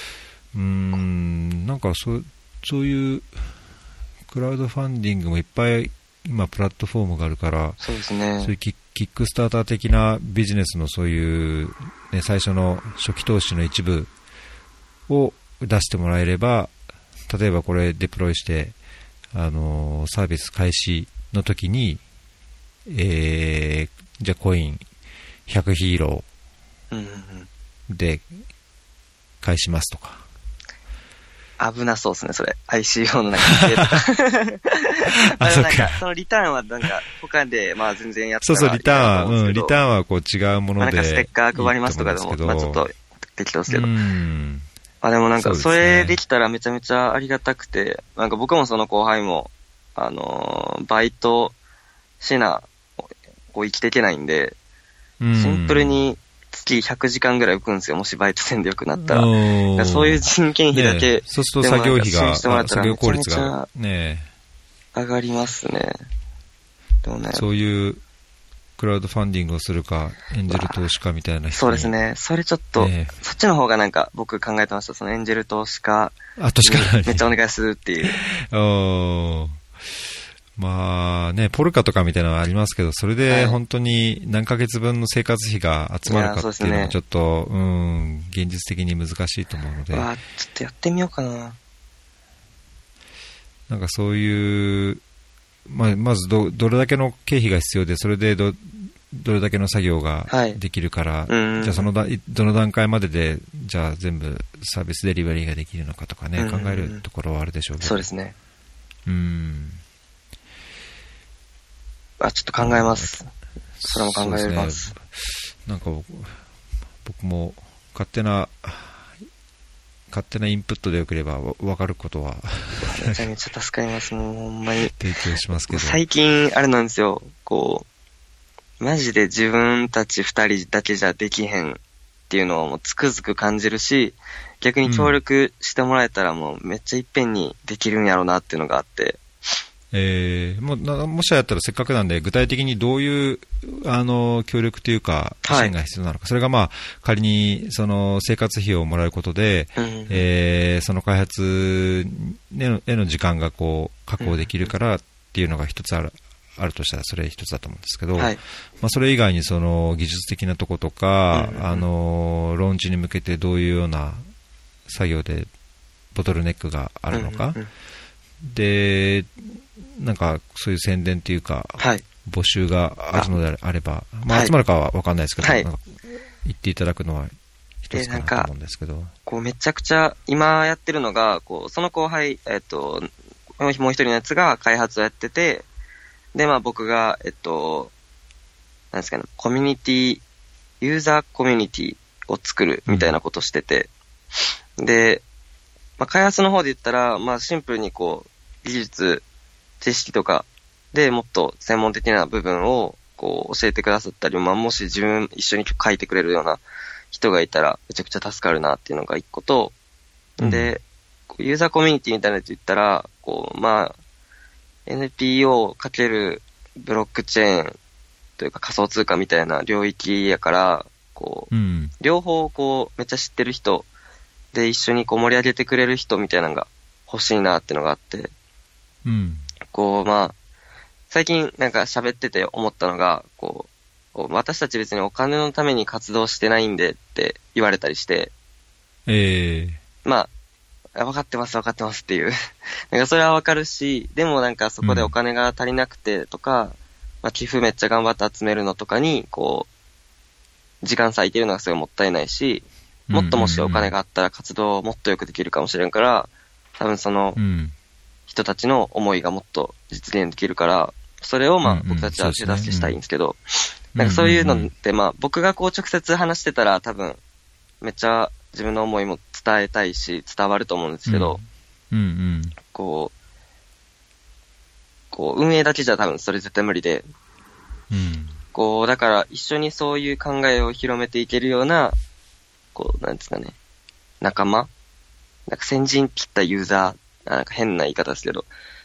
なんかそういうクラウドファンディングもいっぱい今プラットフォームがあるから、そうですね、そういうキックスターター的なビジネスのそういう、ね、最初の初期投資の一部を出してもらえれば、例えばこれデプロイして、サービス開始の時に、じゃあコイン100ヒーロで返しますとか。 危なそうですね、それ。ICO のなんか規制とか。なんか、そのリターンはなんか、他で、まあ全然やったらそう、リターンはこう違うもので。 なんかステッカー配りますとかでも、まあちょっと適当ですけど。でもなんか、それできたらめちゃめちゃありがたくて、なんか僕もその後輩も、バイトしな、こう生きていけないんで、シンプルに月100時間ぐらい浮くんですよ、もしバイトせんでよくなったら。そういう人件費だけ、ね、 そうすると作業費が、作業効率がね、 上がりますね。どうね。 そういうクラウドファンディングをするか、エンジェル投資家みたいな人。 そうですね。それちょっと、そっちの方がなんか僕考えてました。そのエンジェル投資家。めっちゃお願いするっていう。 まあね、ポルカとかみたいなのはありますけど、それで本当に何ヶ月分の生活費が集まるかっていうのはちょっと、現実的に難しいと思うので。 ちょっとやってみようかな。 なんかそういう、まずどれだけの経費が必要で、それでどれだけの作業ができるから、じゃあどの段階までで、じゃあ全部サービスデリバリーができるのかとかね、考えるところはあるでしょうけど。 そうですね。ちょっと考えます。それも考えます。 なんか僕も勝手なインプットでよければ分かることはめちゃめちゃ助かります。もうほんまに提供しますけど、 最近あれなんですよ、こうマジで自分たち2人だけじゃできへんっていうのをもうつくづく感じるし、逆に協力してもらえたらもうめっちゃいっぺんにできるんやろうなっていうのがあって、 もしやったらせっかくなんで具体的にどういう協力というか支援が必要なのか、それがまあ仮にその生活費をもらうことで、その開発への時間がこう確保できるからっていうのが一つあるとしたらそれ一つだと思うんですけど、それ以外にその技術的なとことか、ローンチに向けてどういうような作業でボトルネックがあるのか、でなんかそういう宣伝というか、募集があるのであれば、集まるかは分かんないですけど、なんか言っていただくのは一つかなと思うんですけど、 こうめちゃくちゃ今やってるのが、こうその後輩、もう一人のやつが開発をやってて、で僕がなんですかね、コミュニティ、ユーザーコミュニティを作るみたいなことをしてて、で、開発の方で言ったら、シンプルにこう技術知識とかでもっと専門的な部分をこう教えてくださったり、もし自分一緒に書いてくれるような人がいたらめちゃくちゃ助かるなっていうのが一個と、で、ユーザーコミュニティみたいなやつ言ったら、こうNPO かけるブロックチェーンというか仮想通貨みたいな領域やから、こう、両方こうめっちゃ知ってる人で一緒にこう盛り上げてくれる人みたいなのが欲しいなっていうのがあって、こう最近なんか喋ってて思ったのが、こう私たち別にお金のために活動してないんでって言われたりして、分かってますっていうなんかそれは分かるし、でもなんかそこでお金が足りなくてとか、寄付めっちゃ頑張って集めるのとかにこう時間割いてるのがすごいもったいないし、もっともしお金があったら活動をもっとよくできるかもしれんから、多分その人たちの思いがもっと実現できるから、それを僕たちは手助けしたいんですけど、なんかそういうのって僕がこう直接話してたら多分めっちゃ自分の思いも伝えたいし伝わると思うんですけど、こう運営だけじゃ多分それ絶対無理で、こうだから一緒にそういう考えを広めていけるような、こうなんですかね、仲間、なんか先陣切ったユーザー、なんか変な言い方ですけど、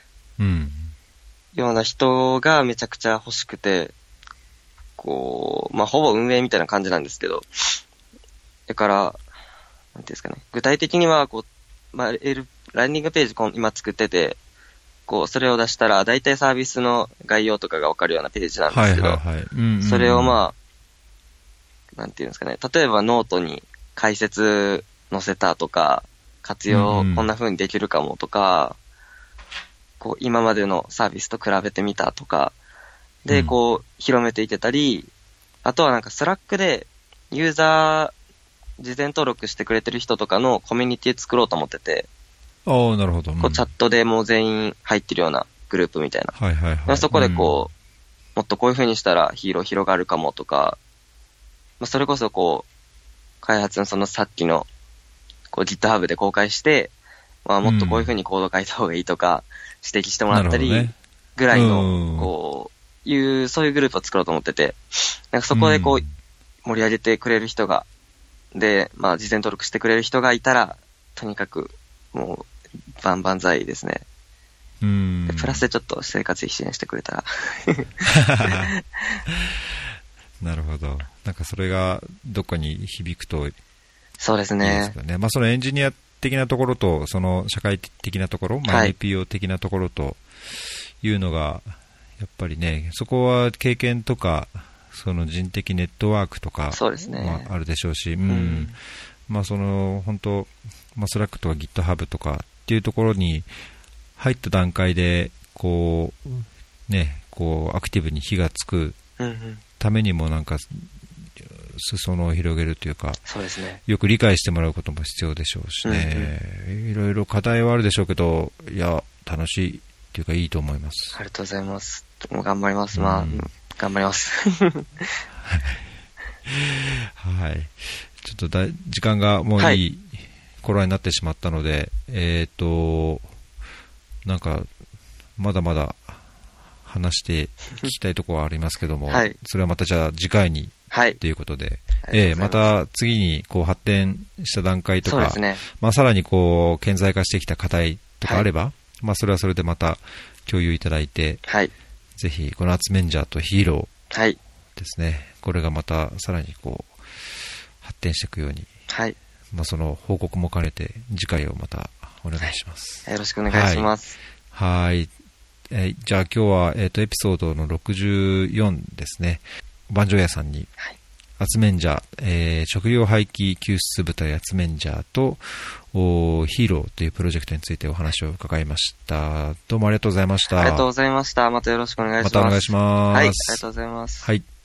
ような人がめちゃくちゃ欲しくて、こうほぼ運営みたいな感じなんですけど、だからなんていうんですかね、具体的にはこうランディングページ今作ってて、こうそれを出したら大体サービスの概要とかが分かるようなページなんですけど、それをなんていうんですかね、例えばノートに解説載せたとか、活用こんな風にできるかもとか、こう今までのサービスと比べてみたとかで、こう広めていけたり、あとはなんかスラックでユーザー、事前登録してくれてる人とかのコミュニティ作ろうと思ってて。 ああ、なるほど。 こうチャットでもう全員入ってるようなグループみたいな。 はいはいはい。 そこでこう、もっとこういう風にしたらヒーロー広がるかもとか、それこそこう、開発のそのさっきの、こう GitHub で公開して、もっとこういう風にコード書いた方がいいとか、指摘してもらったり、ぐらいの、こう、そういうグループを作ろうと思ってて、なんかそこでこう、盛り上げてくれる人が、で、事前登録してくれる人がいたら、とにかく、もう、万々歳ですね。プラスでちょっと生活費支援してくれたら。 なるほど。なんかそれがどっかに響くといいですかね。 そうですね。 そのエンジニア的なところと、その社会的なところ、NPO 的なところというのが、やっぱりね、そこは経験とか、その人的ネットワークとか、 そうですね。 あるでしょうし、その本当、スラックとか GitHub とかっていうところに入った段階で、こう、ね、こう、アクティブに火がつくためにもなんか、裾野を広げるというか、 そうですね。 よく理解してもらうことも必要でしょうしね、いろいろ課題はあるでしょうけど、いや、楽しいっていうかいいと思います。 ありがとうございます。もう頑張ります。頑張ります。はい。 ちょっと時間がもういい頃になってしまったので、なんか、まだまだ話して聞きたいところはありますけども、それはまたじゃあ次回に、ということで、また次にこう発展した段階とか、さらにこう顕在化してきた課題とかあれば、それはそれでまた共有いただいて、ぜひこのアツメンジャーとヒーローですね、これがまたさらにこう発展していくように、その報告も兼ねて次回をまたお願いします。 よろしくお願いします。 はい。じゃあ今日は、エピソードの64ですね。バンジョー屋さんに、アツメンジャー、食料廃棄救出部隊アツメンジャーとヒーローというプロジェクトについてお話を伺いました。どうもありがとうございました。 ありがとうございました。またよろしくお願いします。 またお願いします。 はい、ありがとうございます。 はい。